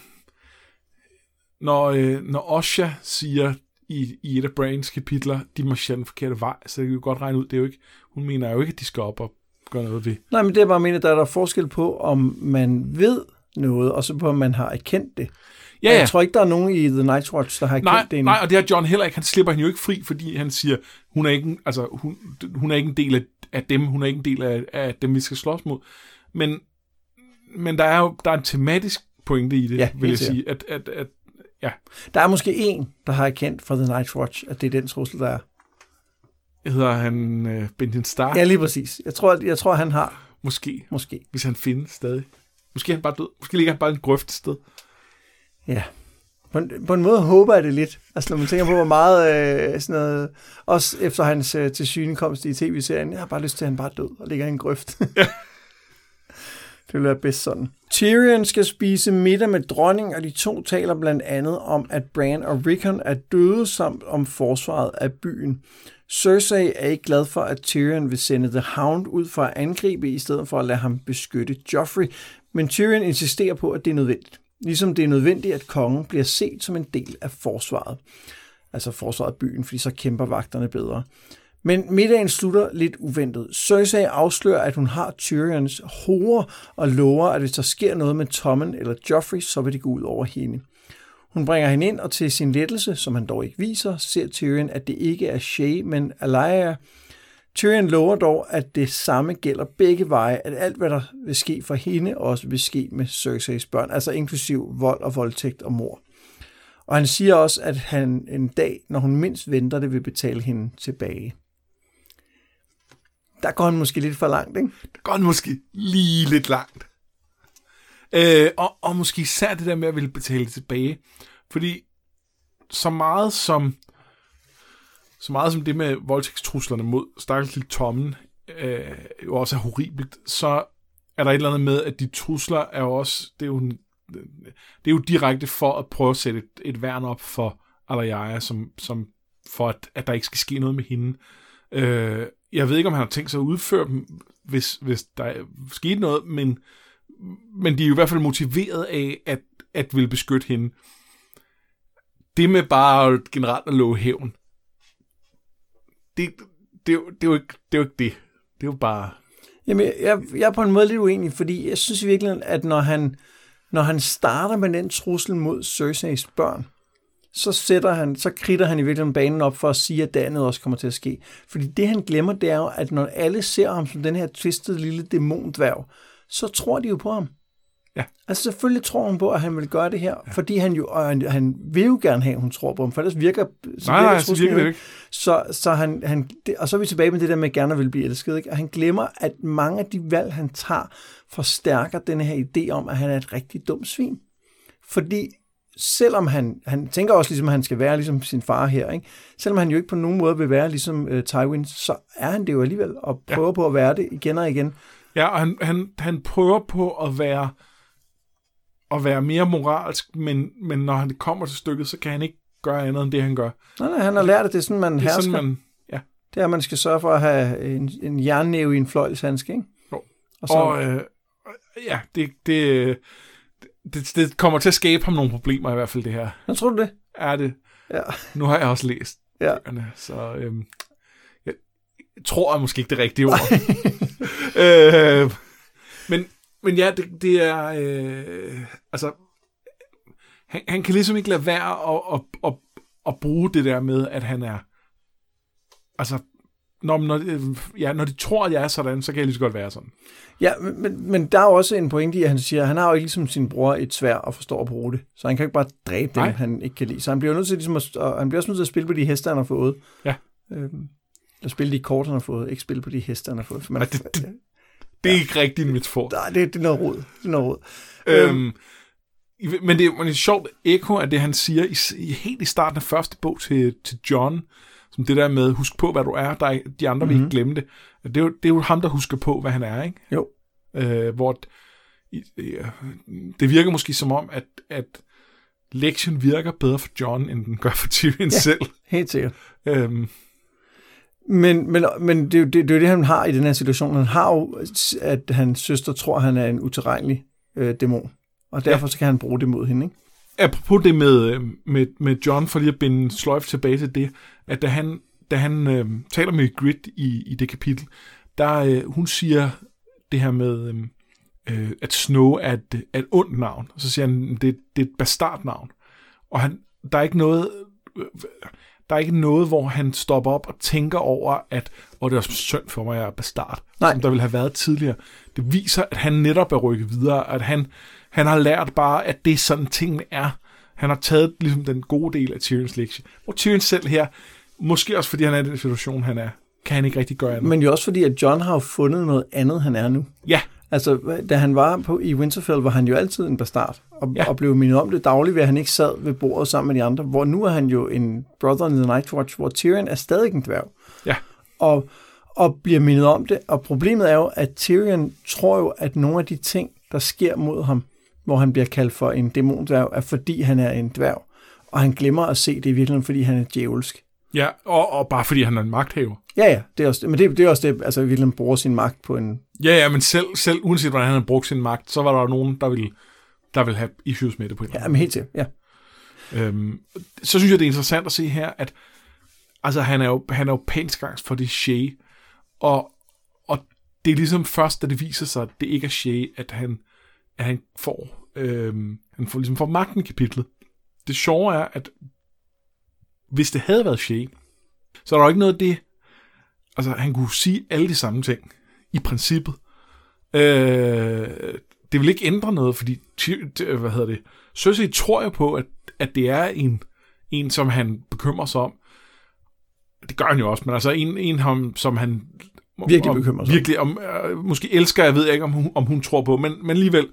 når, øh, når Osha siger i, i et af Brains kapitler, de marcherer den forkerte vej, så det kan vi godt regne ud, det er jo ikke, hun mener jo ikke, at de skal op og gøre noget ved. Nej, men det er bare mener, der er der forskel på, om man ved noget, og så på, om man har erkendt det. Ja, ja. Jeg tror ikke, der er nogen i The Night's Watch, der har erkendt nej, det endnu. Nej, og det har John heller ikke. Han slipper hende jo ikke fri, fordi han siger, hun er ikke, altså, hun, hun er ikke en del af, af dem, hun er ikke en del af, af dem, vi skal slås mod. Men, men der er jo der er en tematisk pointe i det, ja, vil jeg sige. At, at, at, ja. Der er måske en, der har erkendt fra The Night's Watch, at det er den trussel, der er. Hedder han uh, Benjen Stark? Ja, lige præcis. Jeg tror, jeg tror han har. Måske. Måske. Hvis han findes stadig. Måske er han bare død. Måske ligger han bare i en grøft et sted. Ja. På en, på en måde håber jeg det lidt. Altså, når man tænker på, hvor meget øh, sådan noget... Også efter hans øh, tilsynekomst i tv-serien, jeg har bare lyst til, at han bare er død og ligger i en grøft. Ja. Det vil være bedst sådan. Tyrion skal spise middag med dronning, og de to taler blandt andet om, at Bran og Rickon er døde, samt om forsvaret af byen. Cersei er ikke glad for, at Tyrion vil sende The Hound ud for at angribe, i stedet for at lade ham beskytte Joffrey, men Tyrion insisterer på, at det er nødvendigt. Ligesom det er nødvendigt, at kongen bliver set som en del af forsvaret. Altså forsvaret af byen, fordi så kæmper vagterne bedre. Men middagen slutter lidt uventet. Cersei afslører, at hun har Tyrions hoveder og lover, at hvis der sker noget med Tommen eller Joffrey, så vil det gå ud over hende. Hun bringer hende ind, og til sin lettelse, som han dog ikke viser, ser Tyrion, at det ikke er Shae, men Alyra. Tyrion lover dog, at det samme gælder begge veje, at alt, hvad der vil ske for hende, også vil ske med Cerseis børn, altså inklusiv vold og voldtægt og mord. Og han siger også, at han en dag, når hun mindst venter det, vil betale hende tilbage. Der går han måske lidt for langt, ikke? Der går han måske lige lidt langt. Øh, og, og måske især det der med at ville betale tilbage. Fordi så meget som så meget som det med voldtægtstruslerne mod stakkels lille Tommen øh, jo også er horribelt, så er der et eller andet med, at de trusler er jo også, det er jo, en, det er jo direkte for at prøve at sætte et, et værn op for Alyra, som, som for at, at der ikke skal ske noget med hende. Øh, jeg ved ikke, om han har tænkt sig at udføre dem, hvis, hvis der skete noget, men, men de er jo i hvert fald motiveret af, at, at ville beskytte hende. Det med bare generelt at love hævn, det, det, det, det, er jo ikke, det er jo ikke det. Det er jo bare... Jamen, jeg, jeg er på en måde lidt uenig, fordi jeg synes i virkeligheden, at når han, når han starter med den trussel mod Cerseis børn, så sætter han, så kridter han i virkeligheden banen op for at sige, at det andet også kommer til at ske. Fordi det, han glemmer, det er jo, at når alle ser ham som den her twistede lille dæmondværv, så tror de jo på ham. Ja. Altså selvfølgelig tror hun på, at han vil gøre det her, ja. fordi han jo, og han, han vil jo gerne have, at hun tror på ham, for ellers virker, så nej, virker, nej, så virker det ikke. Så, så han, han, det, og så er vi tilbage med det der med, at gerne vil blive elsket, ikke? Og han glemmer, at mange af de valg, han tager, forstærker den her idé om, at han er et rigtig dumt svin. Fordi selvom han, han tænker også ligesom, at han skal være ligesom sin far her, ikke? Selvom han jo ikke på nogen måde vil være ligesom uh, Tywin, så er han det jo alligevel, og prøver ja. på at være det igen og igen. Ja, og han, han, han prøver på at være, at være mere moralsk, men, men når han kommer til stykket, så kan han ikke gøre andet end det, han gør. Nej, nej, han har lært, at det er sådan, man det er hersker. Sådan, man, ja. Det er, at man skal sørge for at have en, en jernnæve i en fløjlshandske, ikke? Jo. Og, så, og øh, ja, det, det, det, det kommer til at skabe ham nogle problemer i hvert fald, det her. Hvad tror du det? Er det? Ja. Nu har jeg også læst ja. bøgerne, så øhm, jeg tror jeg måske ikke det rigtige ord. øh, men, men ja, det, det er... Øh, altså, han, han kan ligesom ikke lade være at, at, at, at bruge det der med, at han er... Altså, når, når, ja, når de tror, at jeg er sådan, så kan jeg lige så godt være sådan. Ja, men, men der er jo også en pointe i, at han siger, at han har jo ikke ligesom sin bror et sværd og forstår at bruge det. Så han kan ikke bare dræbe dem, han ikke kan lide. Så han bliver nødt til, ligesom at, og han bliver også nødt til at spille på de heste, han har fået. Ja. Øhm, at spille de kort, han har fået. Ikke spille på de heste, han har fået. Man, ja, det, det, det er ja. ikke rigtigt en metafor. Nej, det, det er noget rod. Det er noget rod. Øhm, øhm, men det er jo et sjovt ekko af det, han siger i, i, helt i starten af første bog til, til John, som det der med, husk på, hvad du er, der er, de andre vil mm-hmm. ikke glemme det. Det er, jo, det er jo ham, der husker på, hvad han er, ikke? Jo. Øh, hvor øh, det virker måske som om, at, at lektien virker bedre for John, end den gør for Tyrion ja, selv. Helt sikkert. Øhm. Men, men, men det, er jo, det, det er jo det, han har i den her situation. Han har jo, at hans søster tror, han er en utilregnelig øh, dæmon. Og derfor ja. så kan han bruge det mod hende, ikke? Apropos det med, med, med John, for lige at binde sløjf tilbage til det, at da han, da han øh, taler med Grit i, i det kapitel, der øh, hun siger det her med, øh, at Snow er et, er et ondt navn. Og så siger han, det, det er et bastardnavn. Og han, der er ikke noget... Øh, Der er ikke noget, hvor han stopper op og tænker over, at åh, det er også synd for mig, at jeg er bastard, Nej. som der ville have været tidligere. Det viser, at han netop er rykket videre, at han, han har lært bare, at det er sådan, tingene er. Han har taget ligesom den gode del af Tyrions lektie. Og Tyrion selv her, måske også fordi han er i den situation, han er, kan han ikke rigtig gøre andet. Men jo også fordi, at John har jo fundet noget andet, han er nu. Ja. Altså, da han var på i Winterfell, var han jo altid en bastard, og, ja. og blev mindet om det dagligt, ved at han ikke sad ved bordet sammen med de andre, hvor nu er han jo en brother in the Night Watch, hvor Tyrion er stadig en dværg. Ja. Og, og bliver mindet om det, og problemet er jo, at Tyrion tror jo, at nogle af de ting, der sker mod ham, hvor han bliver kaldt for en dæmondværg, er fordi han er en dværg, og han glemmer at se det i virkeligheden, fordi han er djævelsk. Ja, og, og bare fordi han er en magthaver. Ja, ja, det er også det. Men det, det er også det, altså virkelig bruger sin magt på en... Ja, ja, men selv, selv uanset hvordan han har brugt sin magt, så var der nogen, der ville, der ville have issues med det på en eller anden. Ja, men helt til, ja. Øhm, så synes jeg, det er interessant at se her, at altså, han er jo, han er jo pænt skangst for det Shay, og, og det er ligesom først, da det viser sig, at det ikke er Shay, at han, at han får, øhm, han får, ligesom får magten i kapitlet. Det sjove er, at hvis det havde været Shay, så er der jo ikke noget af det. Altså, han kunne sige alle de samme ting, i princippet. Øh, det vil ikke ændre noget, fordi, hvad hedder det, Cersei tror jeg på, at, at det er en, en, som han bekymrer sig om. Det gør han jo også, men altså en, en ham, som han virkelig om, bekymrer sig virkelig, om. Øh, måske elsker, jeg ved ikke, om hun, om hun tror på, men, men alligevel.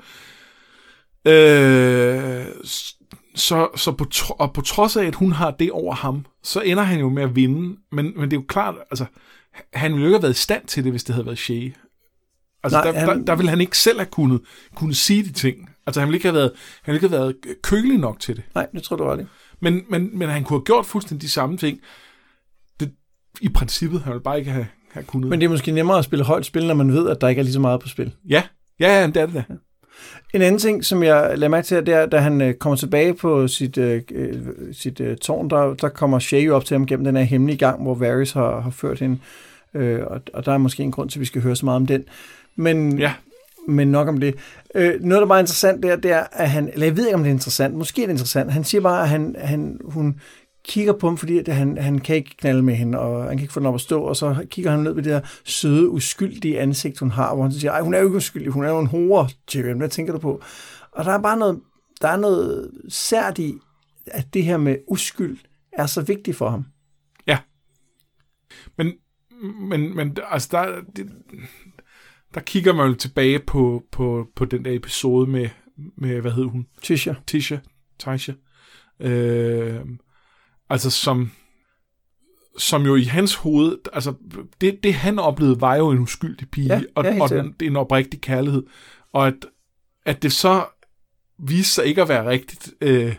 Øh, Så, så på, tro, og på trods af, at hun har det over ham, så ender han jo med at vinde. Men, men det er jo klart, altså, han ville jo ikke have været i stand til det, hvis det havde været Shay. Altså, Nej, der, han... der, der ville han ikke selv have kunnet, kunnet sige de ting. Altså, han ville ikke have været, han ville ikke have været kølig nok til det. Nej, det tror du var det. Men, men, men han kunne have gjort fuldstændig de samme ting. Det, i princippet, han ville bare ikke have, have kunnet. Men det er måske nemmere at spille højt spil, når man ved, at der ikke er lige så meget på spil. Ja, ja, ja det er det da. Ja. En anden ting, som jeg lader mærke til, det er, da han øh, kommer tilbage på sit, øh, sit øh, tårn, der, der kommer Shay op til ham gennem den her hemmelige gang, hvor Varys har, har ført hende. Øh, og, og der er måske en grund til, at vi skal høre så meget om den. Men, ja. men nok om det. Øh, noget, der bare er interessant, det er, det er, at han, eller jeg ved ikke, om det er interessant, måske er det interessant, han siger bare, at han, han, hun kigger på ham, fordi at han, han kan ikke knalde med hende, og han kan ikke få den op at stå, og så kigger han ned på det der søde, uskyldige ansigt, hun har, hvor han siger, ej, hun er jo ikke uskyldig, hun er jo en hore, Tyrion, hvad tænker du på? Og der er bare noget, der er noget sært i, at det her med uskyld er så vigtigt for ham. Ja. Men, men, men altså, der, det, der kigger man jo tilbage på, på, på den der episode med, med hvad hed hun? Tisha. Tisha. Tisha. Øh, altså, som, som jo i hans hoved, altså, det, det han oplevede, var jo en uskyldig pige, ja, og, ja, og den, det er en oprigtig kærlighed. Og at, at det så viste sig ikke at være rigtigt, øh,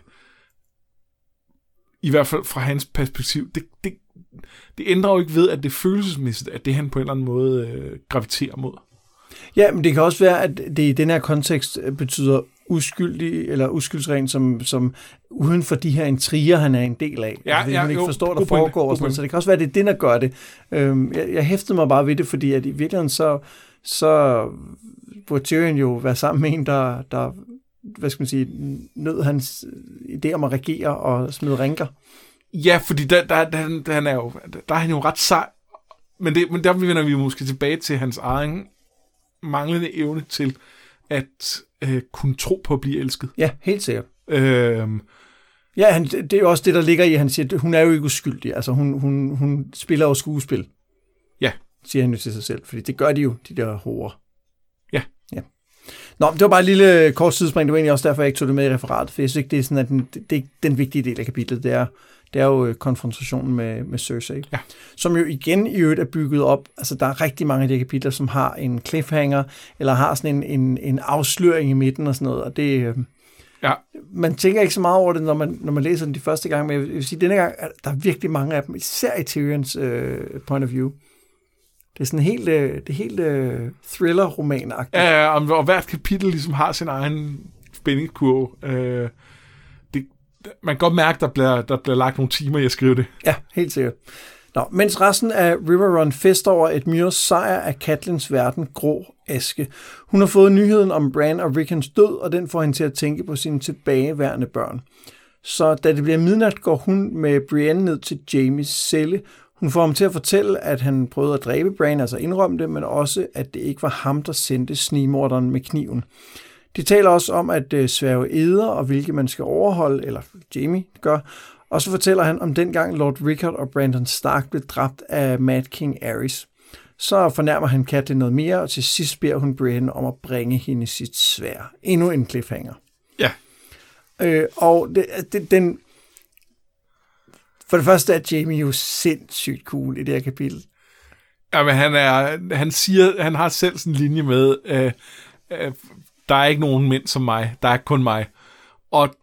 i hvert fald fra hans perspektiv, det, det, det ændrer jo ikke ved, at det følelsesmæssigt, at det han på en eller anden måde øh, graviterer mod. Ja, men det kan også være, at det i den her kontekst betyder uskyldig, eller uskyldsren, som, som uden for de her intriger, han er en del af. Ja, altså, ja, han ikke jo, forstår, der foregår. Og sådan noget. Så det kan også være, at det er det, der gør det. Øhm, jeg, jeg hæftede mig bare ved det, fordi at i virkeligheden så, så burde Tyrion jo være sammen med en, der, der hvad skal man sige, nød hans idé om at regere og smide rænker. Ja, fordi der, der, der, der, han er jo, der er han jo ret sej, men, det, men der vender vi måske tilbage til hans egen manglende evne til at øh, kunne tro på at blive elsket. Ja, helt sikkert. Øhm, ja, han, det er jo også det, der ligger i, han siger, hun er jo ikke uskyldig. Altså, hun, hun, hun spiller jo skuespil. Ja. Siger han jo til sig selv, fordi det gør de jo, de der horer. Ja. Ja. Nå, det var bare et lille kort sidespring. Det var egentlig også derfor, jeg ikke tog det med i referatet, for jeg synes ikke, det er sådan, at den, det, det er den vigtige del af kapitlet. Det er, det er jo konfrontationen med, med Cersei. Ja. Som jo igen i øvrigt er bygget op. Altså, der er rigtig mange af de kapitler, som har en cliffhanger, eller har sådan en, en, en afsløring i midten og sådan noget, og det... Ja. Man tænker ikke så meget over det, når man, når man læser den de første gang, men jeg vil sige, at denne gang, der er virkelig mange af dem, især i Tyrions øh, point of view. Det er sådan helt, øh, det er helt øh, thriller-roman-agtigt. Ja, og, og hvert kapitel ligesom har sin egen spændingskurve. Øh, det, man kan godt mærke, der bliver, der bliver lagt nogle timer i at skrive det. Ja, helt sikkert. Nå, mens resten af Riverrun fester over Edmures sejr af Catelyns verden grå aske. Hun har fået nyheden om Bran og Rickons død, og den får hende til at tænke på sine tilbageværende børn. Så da det bliver midnat, går hun med Brienne ned til Jaimes celle. Hun får ham til at fortælle, at han prøvede at dræbe Bran, altså indrømme det, men også, at det ikke var ham, der sendte snigmorderen med kniven. De taler også om at øh, sværge eder, og hvilke man skal overholde, eller Jaime gør. Og så fortæller han om dengang Lord Rickard og Brandon Stark blev dræbt af Mad King Aerys. Så fornærmer han Catelyn noget mere, og til sidst beder hun Brienne om at bringe hende sit sværd. Endnu en cliffhanger. Ja. Øh, og det, det, den... For det første er Jaime jo sindssygt cool i det her kapitel. Ja, men han er, han siger, han har selv sådan en linje med, øh, øh, der er ikke nogen mænd som mig, der er kun mig. Og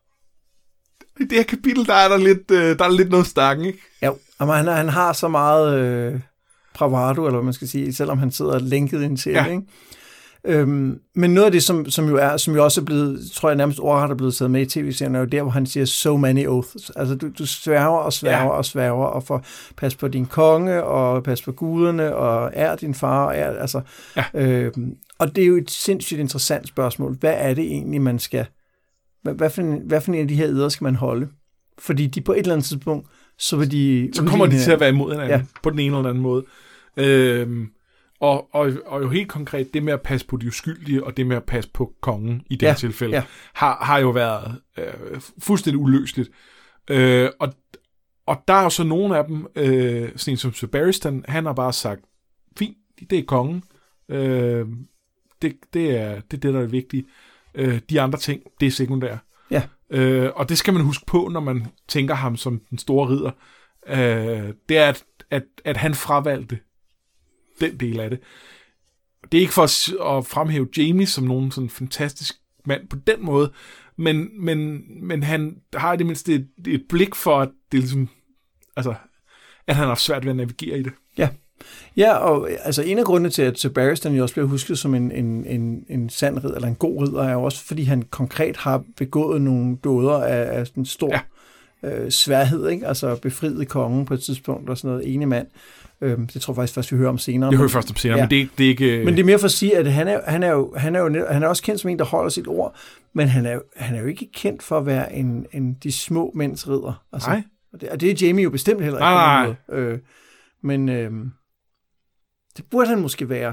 i det her kapitel, der er der lidt, øh, der er lidt noget stakken, ikke? Ja, og han, han har så meget øh, bravado, eller hvad man skal sige, selvom han sidder lænket ind til, ja. Ikke? Øhm, men noget af det, som, som jo er, som jo også er blevet, tror jeg nærmest ordret er blevet taget med i tv-serien, er jo der, hvor han siger so many oaths. Altså, du, du sværger og sværger ja. og sværger, og får pas på din konge, og pas på guderne, og er din far, og er, altså, ja. øhm, og det er jo et sindssygt interessant spørgsmål. Hvad er det egentlig, man skal, hvad, hvad, for en, hvad for en af de her eder skal man holde? Fordi de på et eller andet tidspunkt, så vil de... Så kommer de til at være imod hinanden, ja. På den ene eller anden måde. Øhm, og, og, og jo helt konkret, det med at passe på de uskyldige, og det med at passe på kongen, i det ja. tilfælde, ja. har, har jo været øh, fuldstændig uløseligt. Øh, og, og der er jo så nogle af dem, øh, sådan en som Sir Barristan, han har bare sagt, fint, det er kongen. Øh, det, det, er, det er det, der er vigtigt. Øh, de andre ting, det er sekundære. Ja. Øh, og det skal man huske på, når man tænker ham som den store ridder. Øh, det er, at, at, at han fravalgte den del af det. Det er ikke for at, at fremhæve Jaime som nogen sådan fantastisk mand på den måde, men, men, men han har i det mindste et, et blik for, at det er ligesom, altså, at han har svært ved at navigere i det. Ja. Ja, og altså en af grundene til, at Sir Barristan jo også bliver husket som en, en, en, en sand ridder, eller en god ridder, er jo også, fordi han konkret har begået nogle dåder af, af en stor ja. øh, sværhed, ikke? Altså befriet kongen på et tidspunkt, og sådan noget, ene mand. Øhm, det tror jeg faktisk først, vi hører om senere. Det hører vi først om senere, ja. men det, det er ikke... Men det er mere for at sige, at han er, han er, jo, han er, jo, han er også kendt som en, der holder sit ord, men han er, han er jo ikke kendt for at være en, en de små mænds ridder. Altså, nej. Og det, og det er Jaime jo bestemt heller ikke. Nej, nej. Øh, men... Øh, det burde han måske være.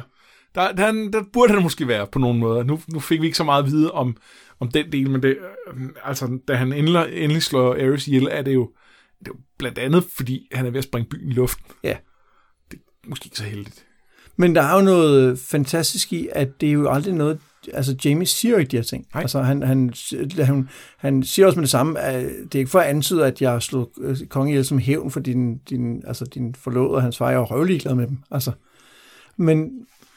Der, der, der burde han måske være på nogle måder. Nu, nu fik vi ikke så meget at vide om, om den del, men det, altså, da han endelig, endelig slår Aerys ihjel, er det jo, det er jo blandt andet, fordi han er ved at springe byen i luften. Ja. Det er måske ikke så heldigt. Men der er jo noget fantastisk i, at det er jo aldrig noget, altså Jaime siger jo ikke de her ting. Nej. Altså han, han, han, han siger også med det samme, at det er ikke for at antyde, at jeg slog kongen ihjel som hævn for din, din, altså din forlovede og hans far. Jeg er jo røvligeglad med dem. Altså. Men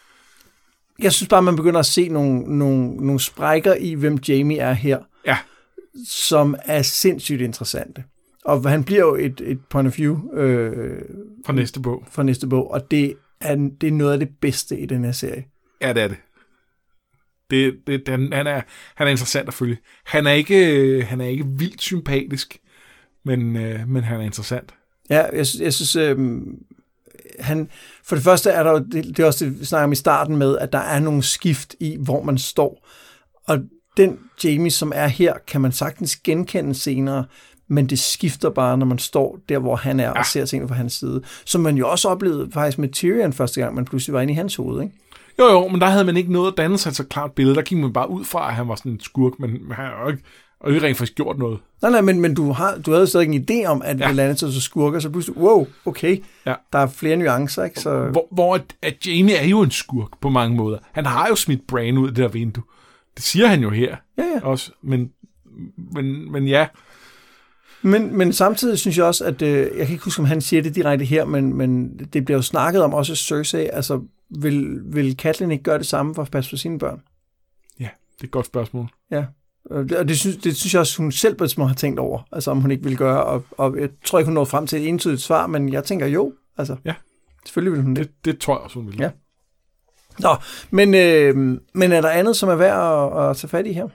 jeg synes bare, man begynder at se nogle, nogle, nogle sprækker i, hvem Jaime er her, ja. som er sindssygt interessante. Og han bliver jo et, et point of view øh, fra næste bog. Fra næste bog, og det er, det er noget af det bedste i den her serie. Ja, det er det. det, det han, han, er, han er interessant at følge. Han er ikke, han er ikke vildt sympatisk, men, øh, men han er interessant. Ja, jeg, jeg synes, øh, han, for det første er der jo, det, det er også det, vi snakker om i starten med, at der er nogle skift i, hvor man står. Og den Jaime, som er her, kan man sagtens genkende senere, men det skifter bare, når man står der, hvor han er, ja. Og ser tingene fra hans side. Som man jo også oplevede faktisk med Tyrion første gang, man pludselig var inde i hans hoved, ikke? Jo, jo, men der havde man ikke noget at danne sig så klart billede. Der gik man bare ud fra, at han var sådan en skurk, men han har jo ikke, og ikke rent faktisk gjort noget. Nej, nej, men, men du, har, du havde stadig en idé om, at ja. Lannister så skurker, så pludselig, wow, okay, ja. Der er flere nuancer, ikke? Så... Hvor, hvor at, at Jaime er jo en skurk på mange måder. Han har jo smidt Bran ud af det der vindue. Det siger han jo her. Ja, ja. Også, men, men, men ja... Men, men samtidig synes jeg også, at øh, jeg kan ikke huske, om han siger det direkte her, men, men det bliver jo snakket om også Cersei. Altså, vil, vil Catelyn ikke gøre det samme for at passe på sine børn? Ja, det er et godt spørgsmål. Ja, og det, det, synes, det synes jeg også, hun selv må have tænkt over, altså om hun ikke vil gøre. Og, og jeg tror ikke, hun når frem til et entydigt svar, men jeg tænker jo, altså, ja. Selvfølgelig vil hun det. Det, det tror jeg også, hun vil. Ja. Nå, men, øh, men er der andet, som er værd at, at tage fat i her?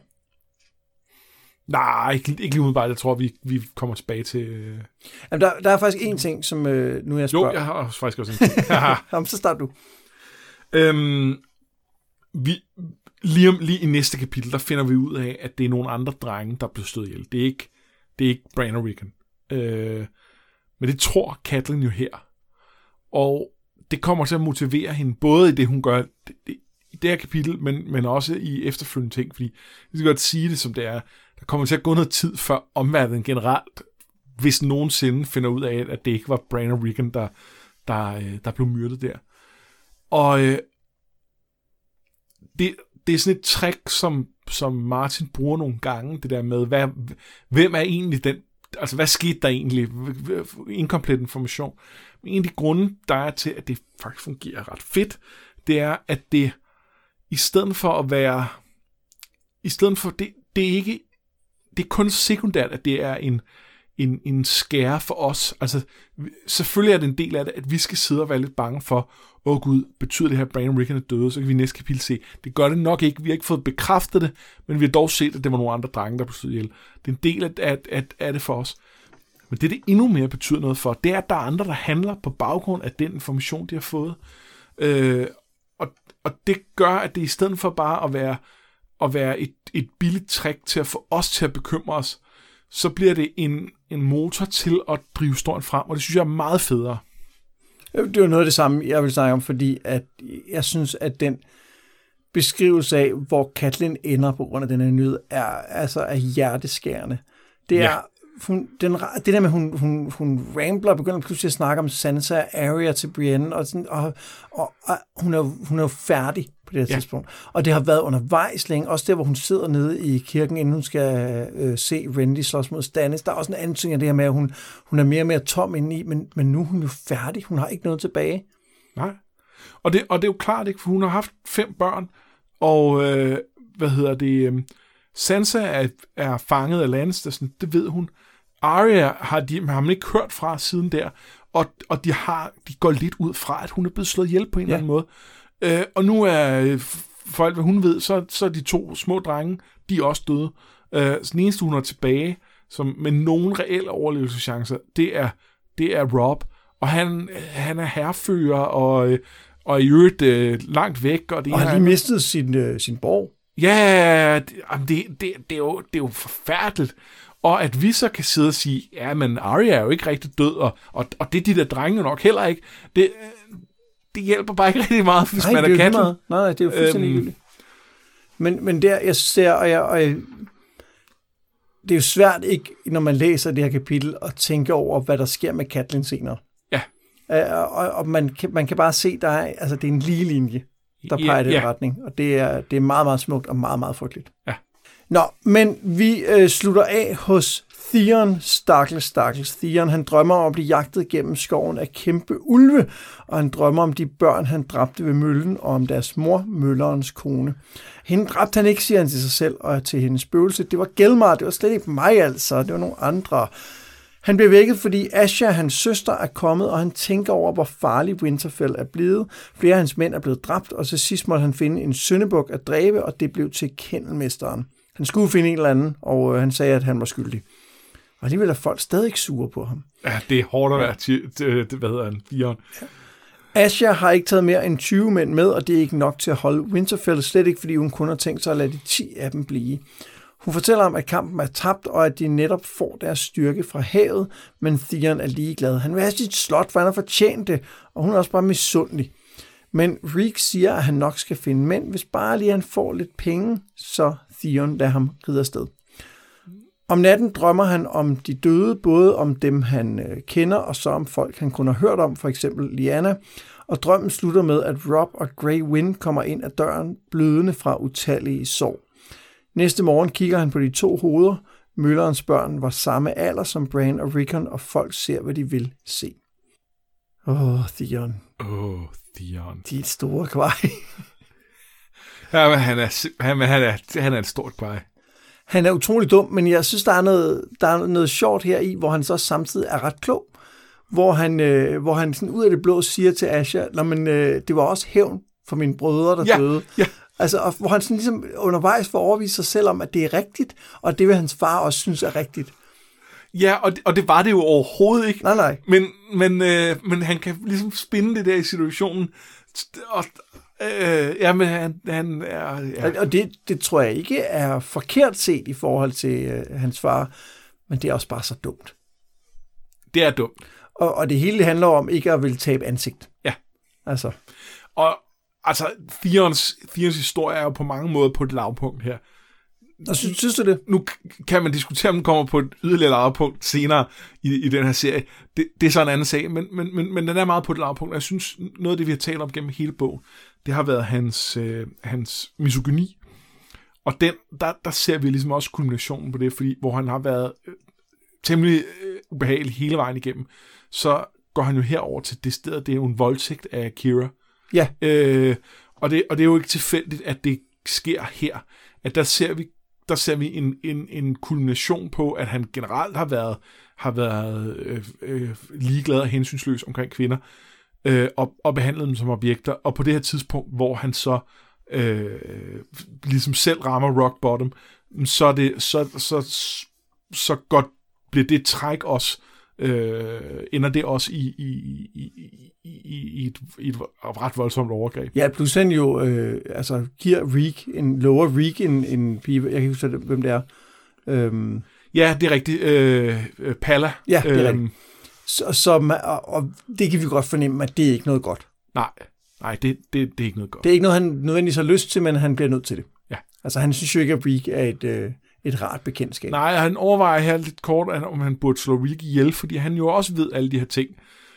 Nej, ikke, ikke lige umiddelbart. Jeg tror, vi, vi kommer tilbage til... Øh... Jamen, der, der er faktisk en ting, som øh, nu jeg spørger... Jo, jeg har faktisk også en ting. Jamen, så start du. Øhm, vi, lige, om, lige i næste kapitel, der finder vi ud af, at det er nogle andre drenge, der er blevet stået ihjel. Det er ikke, det er ikke Bran og Rickon. Øh, men det tror Catelyn jo her. Og det kommer til at motivere hende, både i det, hun gør det, det, i det her kapitel, men, men også i efterfølgende ting. Fordi vi skal godt sige det, som det er. Der kommer til at gå noget tid, før omverdenen generelt, hvis nogensinde finder ud af, at det ikke var Bran og Rickon, der, der, der blev myrdet der. Og øh, det, det er sådan et trick, som, som Martin bruger nogle gange, det der med, hvad, hvem er egentlig den, altså hvad skete der egentlig? Inkomplet information. Men en af de grunde, der er til, at det faktisk fungerer ret fedt, det er, at det i stedet for at være, i stedet for, det, det er ikke, det er kun sekundært, at det er en, en, en skære for os. Altså, selvfølgelig er det en del af det, at vi skal sidde og være lidt bange for, åh oh gud, betyder det her, at Bran og Rickon er døde, så kan vi i næste kapitel se. Det gør det nok ikke. Vi har ikke fået bekræftet det, men vi har dog set, at det var nogle andre drenge, der blev slået ihjel. Det er en del af, af, af, af det for os. Men det, det endnu mere betyder noget for, det er, at der er andre, der handler på baggrund af den information, de har fået. Øh, og, og det gør, at det i stedet for bare at være, at være et, et billigt trick til at få os til at bekymre os, så bliver det en, en motor til at drive historien frem, og det synes jeg er meget federe. Det er jo noget af det samme, jeg vil snakke om, fordi at jeg synes, at den beskrivelse af, hvor Catelyn ender på grund af den her nyhed, er altså er hjerteskærende. Det er ja. hun, den, det der med, hun, hun, hun rambler og begynder pludselig at snakke om Sansa og Arya til Brienne, og, sådan, og, og, og hun, er, hun er jo færdig på det her ja. tidspunkt. Og det har været undervejs længe, også der, hvor hun sidder nede i kirken, inden hun skal øh, se Renly slås mod Stannis. Der er også en anden ting af det her med, at hun, hun er mere og mere tom indeni, men, men nu er hun jo færdig. Hun har ikke noget tilbage. Nej. Og det, og det er jo klart, ikke? For hun har haft fem børn, og øh, hvad hedder det... Øh, Sansa er, er fanget af Lannister, det ved hun. Arya har, de, har man ikke hørt fra siden der, og, og de, har, de går lidt ud fra, at hun er blevet slået ihjel på en ja. eller anden måde. Øh, og nu er, for alt hvad hun ved, så, så er de to små drenge, de er også døde. Øh, så den eneste, hun har tilbage, som med nogen reelle overlevelseschancer, det er, det er Robb. Og han, han er herrefører, og, og i øvrigt øh, langt væk. Og, det og han har lige mistet sin, øh, sin borg. Ja, det, det, det, det, er jo, det er jo forfærdeligt. Og at vi så kan sidde og sige, ja, men Arya er jo ikke rigtig død, og, og, og det er de der drenge nok heller ikke. Det, det hjælper bare ikke rigtig meget, hvis nej, man er, er Catelyn. Nej, nej, det er jo fuldstændig øhm. ligegyldigt. Men, men der, jeg ser, og jeg, og jeg, det er jo svært ikke, når man læser det her kapitel, at tænke over, hvad der sker med Catelyn senere. Ja. Og, og, og man, kan, man kan bare se, der er, altså, det er en lige linje, der peger i den ja. retning. Og det er, det er meget, meget smukt og meget, meget frygteligt. Ja. Nå, men vi øh, slutter af hos Theon. Stakkels, stakkels Theon. Han drømmer om at blive jagtet gennem skoven af kæmpe ulve, og han drømmer om de børn, han dræbte ved møllen, og om deres mor, møllerens kone. Hende dræbte han ikke, siger han til sig selv, og til hendes spøgelse. Det var Gelmar, det var slet ikke mig altså, det var nogle andre. Han bliver vækket, fordi Asha, hans søster, er kommet, og han tænker over, hvor farlig Winterfell er blevet. Flere af hans mænd er blevet dræbt, og til sidst måtte han finde en syndebuk at dræbe, og det blev til Kendelmesteren. Han skulle finde en eller anden, og øh, han sagde, at han var skyldig. Og alligevel er folk stadig ikke sure på ham. Ja, det er hårdt at være til, til, til hvad hedder han, Theon. Ja. Asha har ikke taget mere end tyve mænd med, og det er ikke nok til at holde Winterfell, slet ikke, fordi hun kun har tænkt sig at lade de ti af dem blive. Hun fortæller om, at kampen er tabt, og at de netop får deres styrke fra havet, men Theon er ligeglad. Han vil have sit slot, for han har fortjent det, og hun er også bare misundelig. Men Reek siger, at han nok skal finde mænd, hvis bare lige han får lidt penge, så Theon lader ham ride afsted. Om natten drømmer han om de døde, både om dem, han øh, kender, og så om folk, han kun har hørt om, for eksempel Lyanna. Og drømmen slutter med, at Robb og Grey Wind kommer ind ad døren, blødende fra utallige sår. Næste morgen kigger han på de to hoveder. Møllerens børn var samme alder som Bran og Rickon, og folk ser, hvad de vil se. Åh, oh, Theon. Åh, oh, Theon. De er et store kvej. Ja, men han er, han, han er, han er et stort kvej. Han er utrolig dum, men jeg synes, der er noget, der er noget sjovt her i, hvor han så samtidig er ret klog. Hvor han, øh, hvor han sådan ud af det blå siger til Asha, Nå, men, øh, det var også hævn for mine brødre, der ja, døde. Ja. Altså, og hvor han sådan ligesom undervejs får overvise sig selv om, at det er rigtigt, og det vil hans far også synes er rigtigt. Ja, og det, og det var det jo overhovedet ikke. Nej, nej. Men, men, øh, men han kan ligesom spinde det der i situationen. Og, øh, ja, men han, han er... Ja. Og det, det tror jeg ikke er forkert set i forhold til øh, hans far, men det er også bare så dumt. Det er dumt. Og, og det hele handler om ikke at ville tabe ansigt. Ja. Altså. Og altså, Theons, Theons historie er jo på mange måder på et lavpunkt her. Og synes, synes du det? Nu kan man diskutere, om den kommer på et yderligere lavpunkt senere i, i den her serie. Det, det er så en anden sag, men, men, men, men den er meget på et lavpunkt. Jeg synes, noget af det, vi har talt om gennem hele bogen, det har været hans, øh, hans misogyni. Og den, der, der ser vi ligesom også kulminationen på det, fordi hvor han har været øh, temmelig øh, ubehagelig hele vejen igennem, så går han jo herover til det sted, det er jo en voldtægt af Keira. Ja. Øh, og, det, og det er jo ikke tilfældigt, at det sker her. At der ser vi der ser vi en, en, en kulmination på, at han generelt har været, har været øh, øh, ligeglad og hensynsløs omkring kvinder, øh, og, og behandlet dem som objekter. Og på det her tidspunkt, hvor han så øh, ligesom selv rammer rock bottom, så, er det, så, så, så godt bliver det træk også, øh, ender det også i, i, i, i, i, et, i et ret voldsomt overgreb. Ja, plus han jo øh, altså, giver Reek en lower Reek en, en pige, jeg kan ikke huske, hvem det er. Øhm, ja, det er rigtigt. Øh, Palla. Ja, det er øhm, rigtigt. Så, så, og, og det kan vi godt fornemme, at det er ikke noget godt. Nej, nej det, det, det er ikke noget godt. Det er ikke noget, han nødvendigvis har lyst til, men han bliver nødt til det. Ja. Altså, han synes jo ikke, at Reek er et... Øh, et rart bekendtskab. Nej, han overvejer her lidt kort, om han burde slå Reek ihjel, fordi han jo også ved alle de her ting.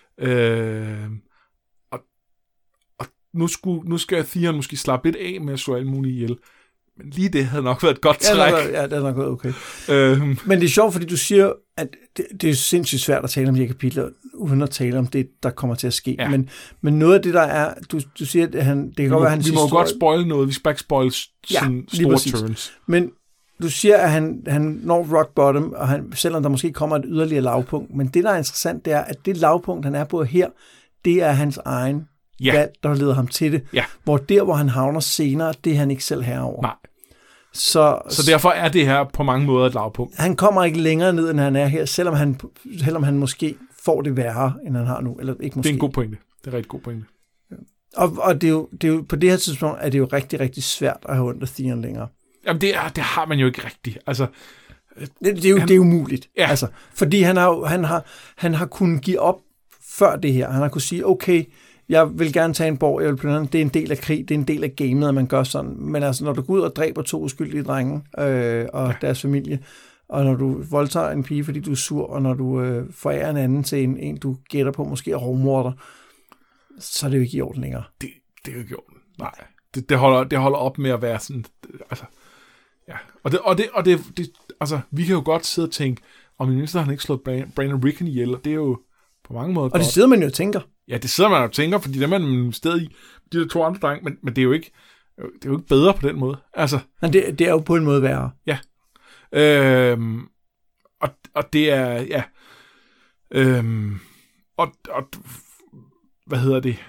Øh, og, og nu, skulle, nu skal Theon måske slappe lidt af med at slå alle mulige ihjel. Men lige det havde nok været et godt træk. Ja, det ja, det er nok været okay. Øh, Men det er sjovt, fordi du siger, at det, det er sindssygt svært at tale om de her kapitler, uden at tale om det, der kommer til at ske. Ja. Men, men noget af det, der er... Du, du siger, at han, det kan vi godt må, være, hans Vi må historie... godt spoile noget. Vi skal bare ikke spoile sådan ja, store turns. Men du siger, at han, han når rock bottom, og han, selvom der måske kommer et yderligere lavpunkt, men det, der er interessant, det er, at det lavpunkt, han er på her, det er hans egen ja. valg, der leder ham til det. Ja. Hvor der, hvor han havner senere, det er han ikke selv herover. Nej. Så, så derfor er det her på mange måder et lavpunkt. Han kommer ikke længere ned, end han er her, selvom han, selvom han måske får det værre, end han har nu. Eller ikke måske. Det er en god pointe. Det er en rigtig god pointe. Ja. Og, og det, er jo, det er jo, på det her tidspunkt er det jo rigtig, rigtig svært at have ondt af Theon længere. Jamen, det, er, det har man jo ikke rigtigt. Altså, det, det, er jo, han, det er umuligt. Ja. Altså, fordi han har, han, har, han har kunnet give op før det her. Han har kunnet sige, okay, jeg vil gerne tage en borg, jeg vil plyndre den. Det er en del af krig, det er en del af gamet, at man gør sådan. Men altså, når du går ud og dræber to uskyldige drenge øh, og ja. deres familie, og når du voldtager en pige, fordi du er sur, og når du øh, forærer en anden til en, en, du gætter på, måske er rovmorder, så er det jo ikke i orden længere. Det, det er jo ikke i orden. Nej. Det, det, holder, det holder op med at være sådan, altså, ja. Og det, og det, og det, det altså, vi kan jo godt sidde og tænke, om i mindste har han ikke slået Brandon Rickon ihjel, og det er jo på mange måder og godt. det sidder man jo og tænker. Ja, det sidder man jo og tænker, fordi det er man investeret i, de der to andre drenge, men, men det er jo ikke, det er jo ikke bedre på den måde. Altså, men det, det er jo på en måde værre. Ja. Øhm, og, og det er, ja, øhm, og, og, hvad hedder det,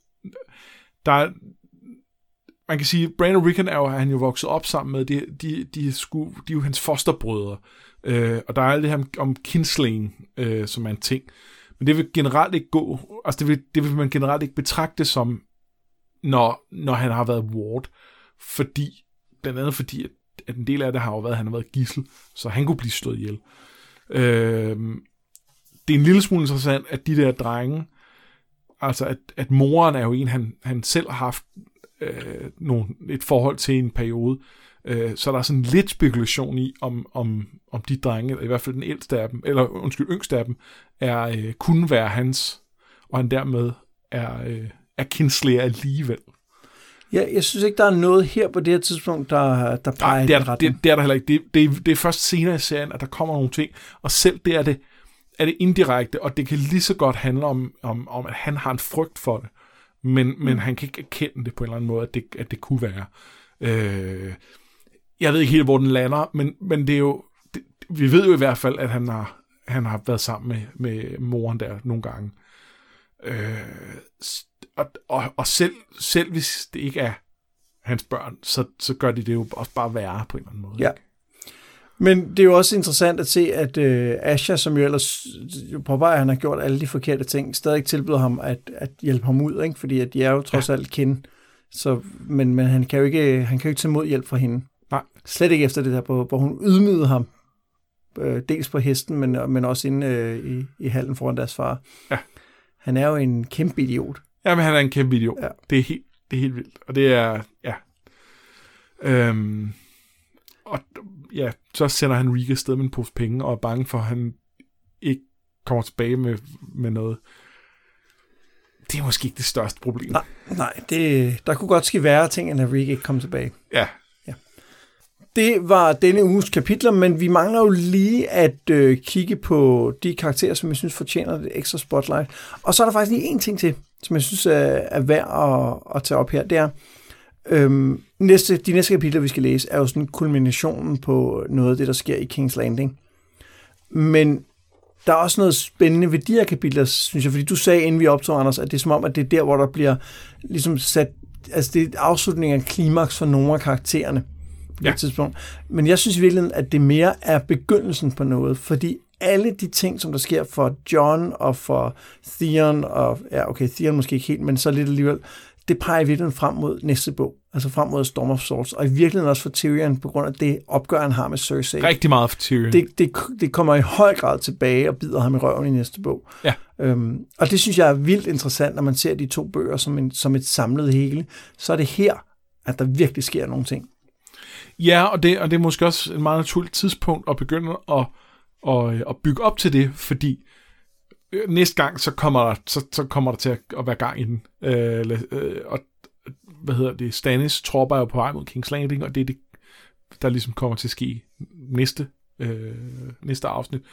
der er, man kan sige, Brandon Rickon er jo, han jo vokset op sammen med, de, de, de, er, sku, de er jo hans fosterbrødre, øh, og der er alt det her om kinslaying, øh, som er en ting, men det vil generelt ikke gå, altså det vil, det vil man generelt ikke betragte som, når, når han har været ward, fordi, blandt andet fordi, at, at en del af det har jo været, at han har været gidsel, så han kunne blive slået ihjel. Øh, det er en lille smule interessant, at de der drenge, altså at, at moren er jo en, han, han selv har haft øh, nogle, et forhold til en periode, øh, så der er sådan lidt spekulation i, om, om, om de drenge, eller i hvert fald den ældste af dem, eller undskyld, yngste af dem, er, øh, kunne være hans, og han dermed er, øh, er kinslayer alligevel. Ja, jeg synes ikke, der er noget her på det her tidspunkt, der, der peger Nej, i det er, den retning. Det, det er der heller ikke. Det, det, det er først senere i serien, at der kommer nogle ting, og selv det er det, er det indirekte, og det kan lige så godt handle om, om, om at han har en frygt for det, men, mm. men han kan ikke erkende det på en eller anden måde, at det, at det kunne være. Øh, jeg ved ikke helt, hvor den lander, men, men det er jo, det, vi ved jo i hvert fald, at han har, han har været sammen med, med moren der nogle gange. Øh, og, og, og selv, selv hvis det ikke er hans børn, så, så gør de det jo også bare værre på en eller anden måde. Ja. Men det er jo også interessant at se, at øh, Asher, som jo ellers påpeger, at han har gjort alle de forkerte ting, stadig tilbyder ham at, at hjælpe ham ud, ikke? Fordi at de er jo trods ja. alt kendt. Så, men, men han kan jo ikke, han kan jo ikke tage mod hjælp fra hende. Nej. Slet ikke efter det der, hvor, hvor hun ydmygede ham. Øh, dels på hesten, men, men også inde øh, i, i hallen foran deres far. Ja. Han er jo en kæmpe idiot. Ja, men han er en kæmpe idiot. Ja. Det er helt, det er helt vildt. Og det er, ja. Øhm, og ja, så sender han Riga afsted med en pose penge, og er bange for, at han ikke kommer tilbage med, med noget. Det er måske ikke det største problem. Nej, nej det, der kunne godt ske værre ting, end at Riga ikke kom tilbage. Ja. ja. Det var denne uges kapitler, men vi mangler jo lige at øh, kigge på de karakterer, som jeg synes fortjener et ekstra spotlight. Og så er der faktisk lige en ting til, som jeg synes er, er værd at, at tage op her. Det er, øhm, næste, de næste kapitler, vi skal læse, er jo sådan kulminationen på noget af det, der sker i King's Landing. Men der er også noget spændende ved de her kapitler, synes jeg, fordi du sagde, inden vi optog, Anders, at det er som om, at det er der, hvor der bliver ligesom sat, altså det er afslutningen af klimaks for nogle af karaktererne på ja. det tidspunkt. Men jeg synes i virkeligheden, at det mere er begyndelsen på noget, fordi alle de ting, som der sker for Jon og for Theon, og ja, okay, Theon måske ikke helt, men så lidt alligevel, det peger i virkeligheden frem mod næste bog, altså frem mod Storm of Swords, og i virkeligheden også for Tyrion, på grund af det opgør, han har med Cersei. Rigtig meget for Tyrion. Det, det, det kommer i høj grad tilbage og bider ham i røven i næste bog. Ja. Øhm, og det synes jeg er vildt interessant, når man ser de to bøger som, en, som et samlet hele. Så er det her, at der virkelig sker nogle ting. Ja, og det, og det er måske også et meget naturligt tidspunkt at begynde at, at, at bygge op til det, fordi næste gang, så kommer der, så, så kommer der til at være gang i den. Øh, øh, og hvad hedder det? Stannis tropper er jo på vej mod King's Landing, og det er det, der ligesom kommer til at ske næste, øh, næste afsnit.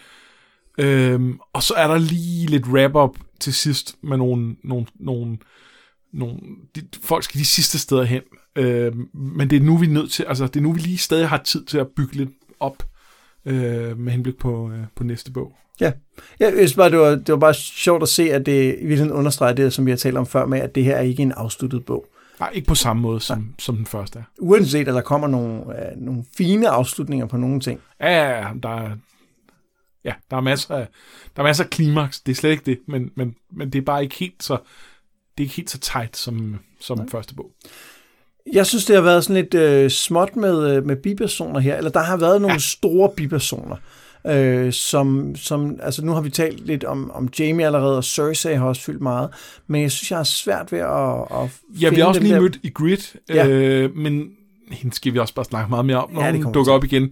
Øh, og så er der lige lidt wrap-up til sidst med nogle, nogle, nogle, nogle de, folk skal de sidste steder hen. Øh, men det er nu, vi er nødt til, altså det er nu, vi lige stadig har tid til at bygge lidt op øh, med henblik på, øh, på næste bog. Ja, jeg synes bare, det var, det var bare sjovt at se, at det i virkeligheden understreger det, som vi har talt om før med, at det her er ikke en afsluttet bog. Nej, ikke på samme måde, som, som den første er. Uanset, at der kommer nogle, uh, nogle fine afslutninger på nogle ting. Ja, ja, der er, ja, der er masser af, der er masser af klimaks, det er slet ikke det, men, men, men det er bare ikke helt så, det er ikke helt så tight som, som den første bog. Jeg synes, det har været sådan lidt uh, småt med, med bipersoner her, eller der har været nogle ja. store bipersoner. øh, som, som, altså nu har vi talt lidt om, om Jaime allerede, og Cersei har også fyldt meget, men jeg synes, jeg har svært ved at, at Ja, vi har også lige der... mødt i Grid, ja. øh, men hende skal vi også bare snakke meget mere om, når ja, hun dukker op igen.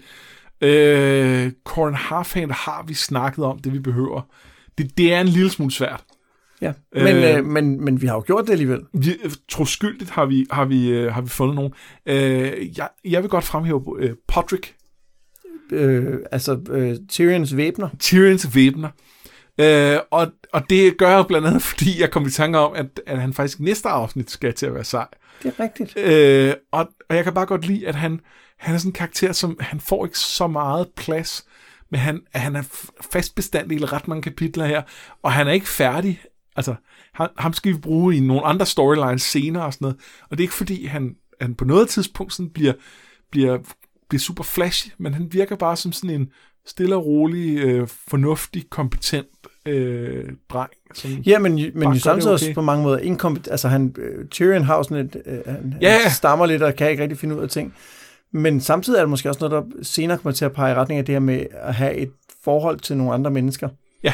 Øh, Corin Harfand har vi snakket om, det vi behøver. Det, det er en lille smule svært. Ja, men, øh, øh, men, men vi har jo gjort det alligevel. Vi, troskyldigt har vi, har vi, øh, har vi fundet nogen. Øh, jeg, jeg vil godt fremhæve øh, Podrick. Øh, altså øh, Tyrions væbner. Tyrions væbner. Øh, og, og det gør jeg blandt andet, fordi jeg kom i tanke om, at, at han faktisk næste afsnit skal til at være sej. Det er rigtigt. Øh, og, og jeg kan bare godt lide, at han, han er sådan en karakter, som han får ikke så meget plads, men han, han er fast bestanddel i ret mange kapitler her, og han er ikke færdig. Altså, ham, ham skal vi bruge i nogle andre storylines senere og sådan noget. Og det er ikke fordi, han, han på noget tidspunkt sådan bliver, bliver, bliver super flashy, men han virker bare som sådan en stille og rolig, øh, fornuftig, kompetent øh, dreng. Ja, men, men jo samtidig okay. Også på mange måder inkompetent. Altså, han, øh, Tyrion har sådan et, øh, han, ja. han stammer lidt og kan ikke rigtig finde ud af ting. Men samtidig er det måske også noget, der senere kommer til at pege i retning af det her med at have et forhold til nogle andre mennesker. Ja.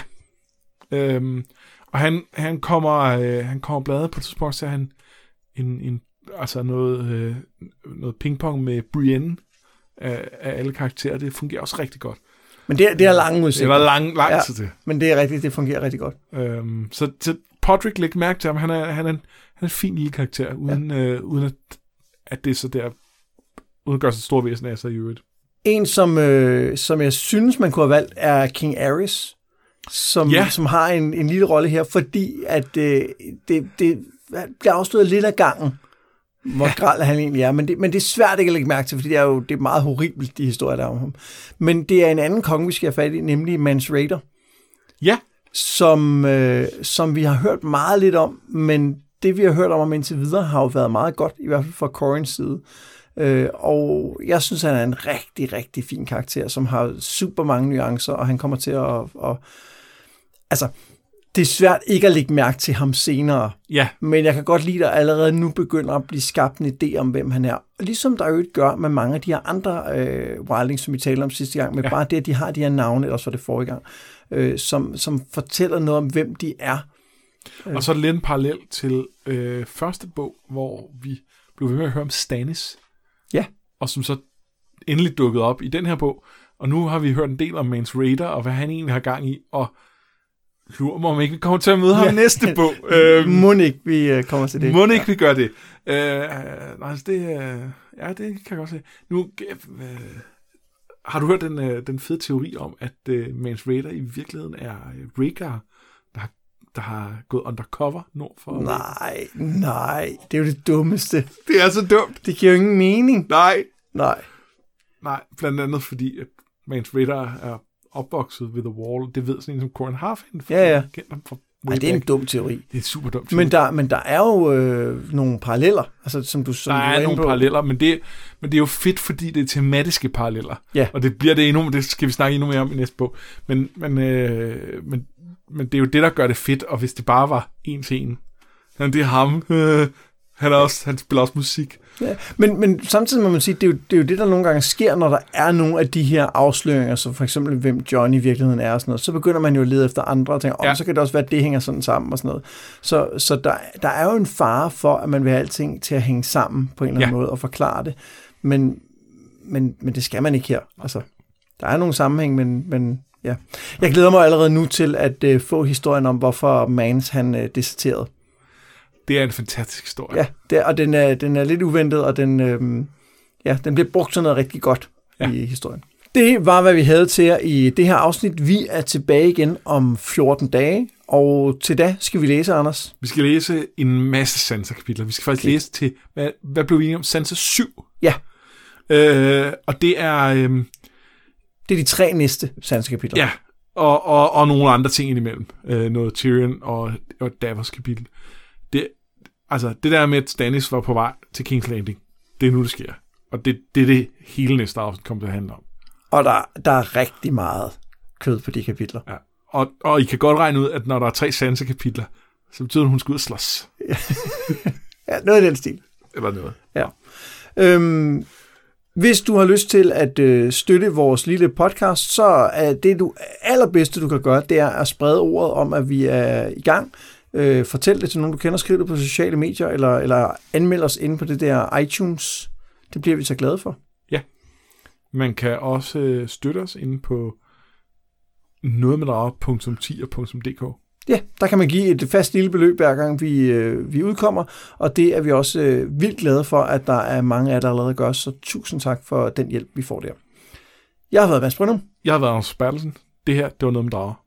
Øhm, og han, han kommer øh, han kommer bladet på et tidspunkt, så han en, en, altså noget, øh, noget pingpong med Brienne af, af alle karakterer. Det fungerer også rigtig godt. Men det, det er lange udsigter. Det var lang, lang ja, tid til. Men det er rigtigt, det fungerer rigtig godt. Øhm, så, så Podrick, læg mærke til ham. Han er, han er, en, han er en fin lille karakter, uden, ja. øh, uden at, at det er så der, uden at gøre sig stor væsen af sig i øvrigt. En, som, øh, som jeg synes, man kunne have valgt, er King Aerys, som, ja. som har en, en lille rolle her, fordi at øh, det, det bliver afsløret lidt af gangen, hvor ja. græld han egentlig er. Men det, men det er svært ikke at lægge mærke til, fordi det er jo det er meget horribelt, de historier, der er om ham. Men det er en anden konge, vi skal have fat i, nemlig Mance Rayder. Ja. Som, øh, som vi har hørt meget lidt om, men det, vi har hørt om ham indtil videre, har jo været meget godt, i hvert fald fra Corins side. Øh, og jeg synes, han er en rigtig, rigtig fin karakter, som har super mange nuancer, og han kommer til at... at altså, det er svært ikke at lægge mærke til ham senere, ja. Men jeg kan godt lide, at allerede nu begynder at blive skabt en idé om, hvem han er. Og ligesom der jo gør med mange af de her andre øh, wildlings, som vi talte om sidste gang, med ja. bare det, at de har de her navne, eller også var det forrige gang, øh, som, som fortæller noget om, hvem de er. Og så er det lidt en parallel til øh, første bog, hvor vi blev ved med at høre om Stannis. Ja. Og som så endelig dukkede op i den her bog. Og nu har vi hørt en del om Mance Rayder, og hvad han egentlig har gang i, og lurer mig, om ikke vi kommer til at møde ham ja. næste bog. øhm, må ikke vi uh, kommer til det. Må ikke ja. vi gør det. Uh, nej, altså det, uh, ja, det kan jeg godt se. Nu, uh, har du hørt den, uh, den fede teori om, at uh, Mance Rayder i virkeligheden er uh, Rhaegar, der har, der har gået undercover nord for... Nej, nej, det er jo det dummeste. Det er så dumt. Det giver jo ingen mening. Nej. Nej. Nej, blandt andet fordi, at Mance Rayder er opvokset ved The Wall. Det ved sådan en som Corin Harfand. Ja, ja. Ej, det er en dum teori. Det er en super dum teori. Men der, men der er jo øh, nogle paralleller. Altså, som du, som der du er nogle på. paralleller, men det, men det er jo fedt, fordi det er tematiske paralleller. Ja. Og det bliver det endnu, det skal vi snakke endnu mere om i næste bog. Men, men, øh, men, men det er jo det, der gør det fedt, og hvis det bare var en til en. Det er ham. Øh, han, er også, han spiller også musik. Ja, men, men samtidig må man sige, det er, jo, det er jo det, der nogle gange sker, når der er nogle af de her afsløringer, som for eksempel, hvem John i virkeligheden er og sådan noget, så begynder man jo at lede efter andre og tænker, ja. oh, så kan det også være, at det hænger sådan sammen og sådan noget. Så, så der, der er jo en fare for, at man vil have alting til at hænge sammen på en eller anden ja. måde og forklare det. Men, men, men det skal man ikke her. Altså, der er nogle sammenhæng, men, men ja. Jeg glæder mig allerede nu til at uh, få historien om, hvorfor Mance han uh, deserterede. Det er en fantastisk historie. Ja, det, og den er, den er lidt uventet, og den, øhm, ja, den bliver brugt til noget rigtig godt ja. i historien. Det var, hvad vi havde til jer i det her afsnit. Vi er tilbage igen om fjorten dage, og til da skal vi læse, Anders. Vi skal læse en masse Sansa-kapitler. Vi skal faktisk okay. læse til, hvad, hvad blev vi enige om? Sansa syv. Ja. Øh, og det er... Øhm, det er de tre næste Sansa-kapitler. Ja, og, og, og nogle andre ting indimellem. Øh, noget Tyrion og, og Davos kapitel. Det, altså, det der med, at Stannis var på vej til King's Landing, det er nu, det sker. Og det, det er det hele næste afsnit kommer til at handle om. Og der, der er rigtig meget kød på de kapitler. Ja. Og, og I kan godt regne ud, at når der er tre Sansa-kapitler, så betyder det, at hun skal ud og slås. Ja, noget i den stil. Eller noget. Ja. Øhm, Hvis du har lyst til at øh, støtte vores lille podcast, så er det du allerbedste, du kan gøre, det er at sprede ordet om, at vi er i gang. Øh, fortæl det til nogen, du kender, skriv det på sociale medier, eller, eller anmeld os inde på det der iTunes. Det bliver vi så glade for. Ja. Man kan også øh, støtte os inde på nogetmeddrager punktum tier punktum d k. Ja, der kan man give et fast lille beløb, hver gang vi, øh, vi udkommer, og det er vi også øh, vildt glade for, at der er mange af jer, der allerede gør, så tusind tak for den hjælp, vi får der. Jeg har været Mads Brynum. Jeg har været Anders Bertelsen. Det her, det var Noget med Drager.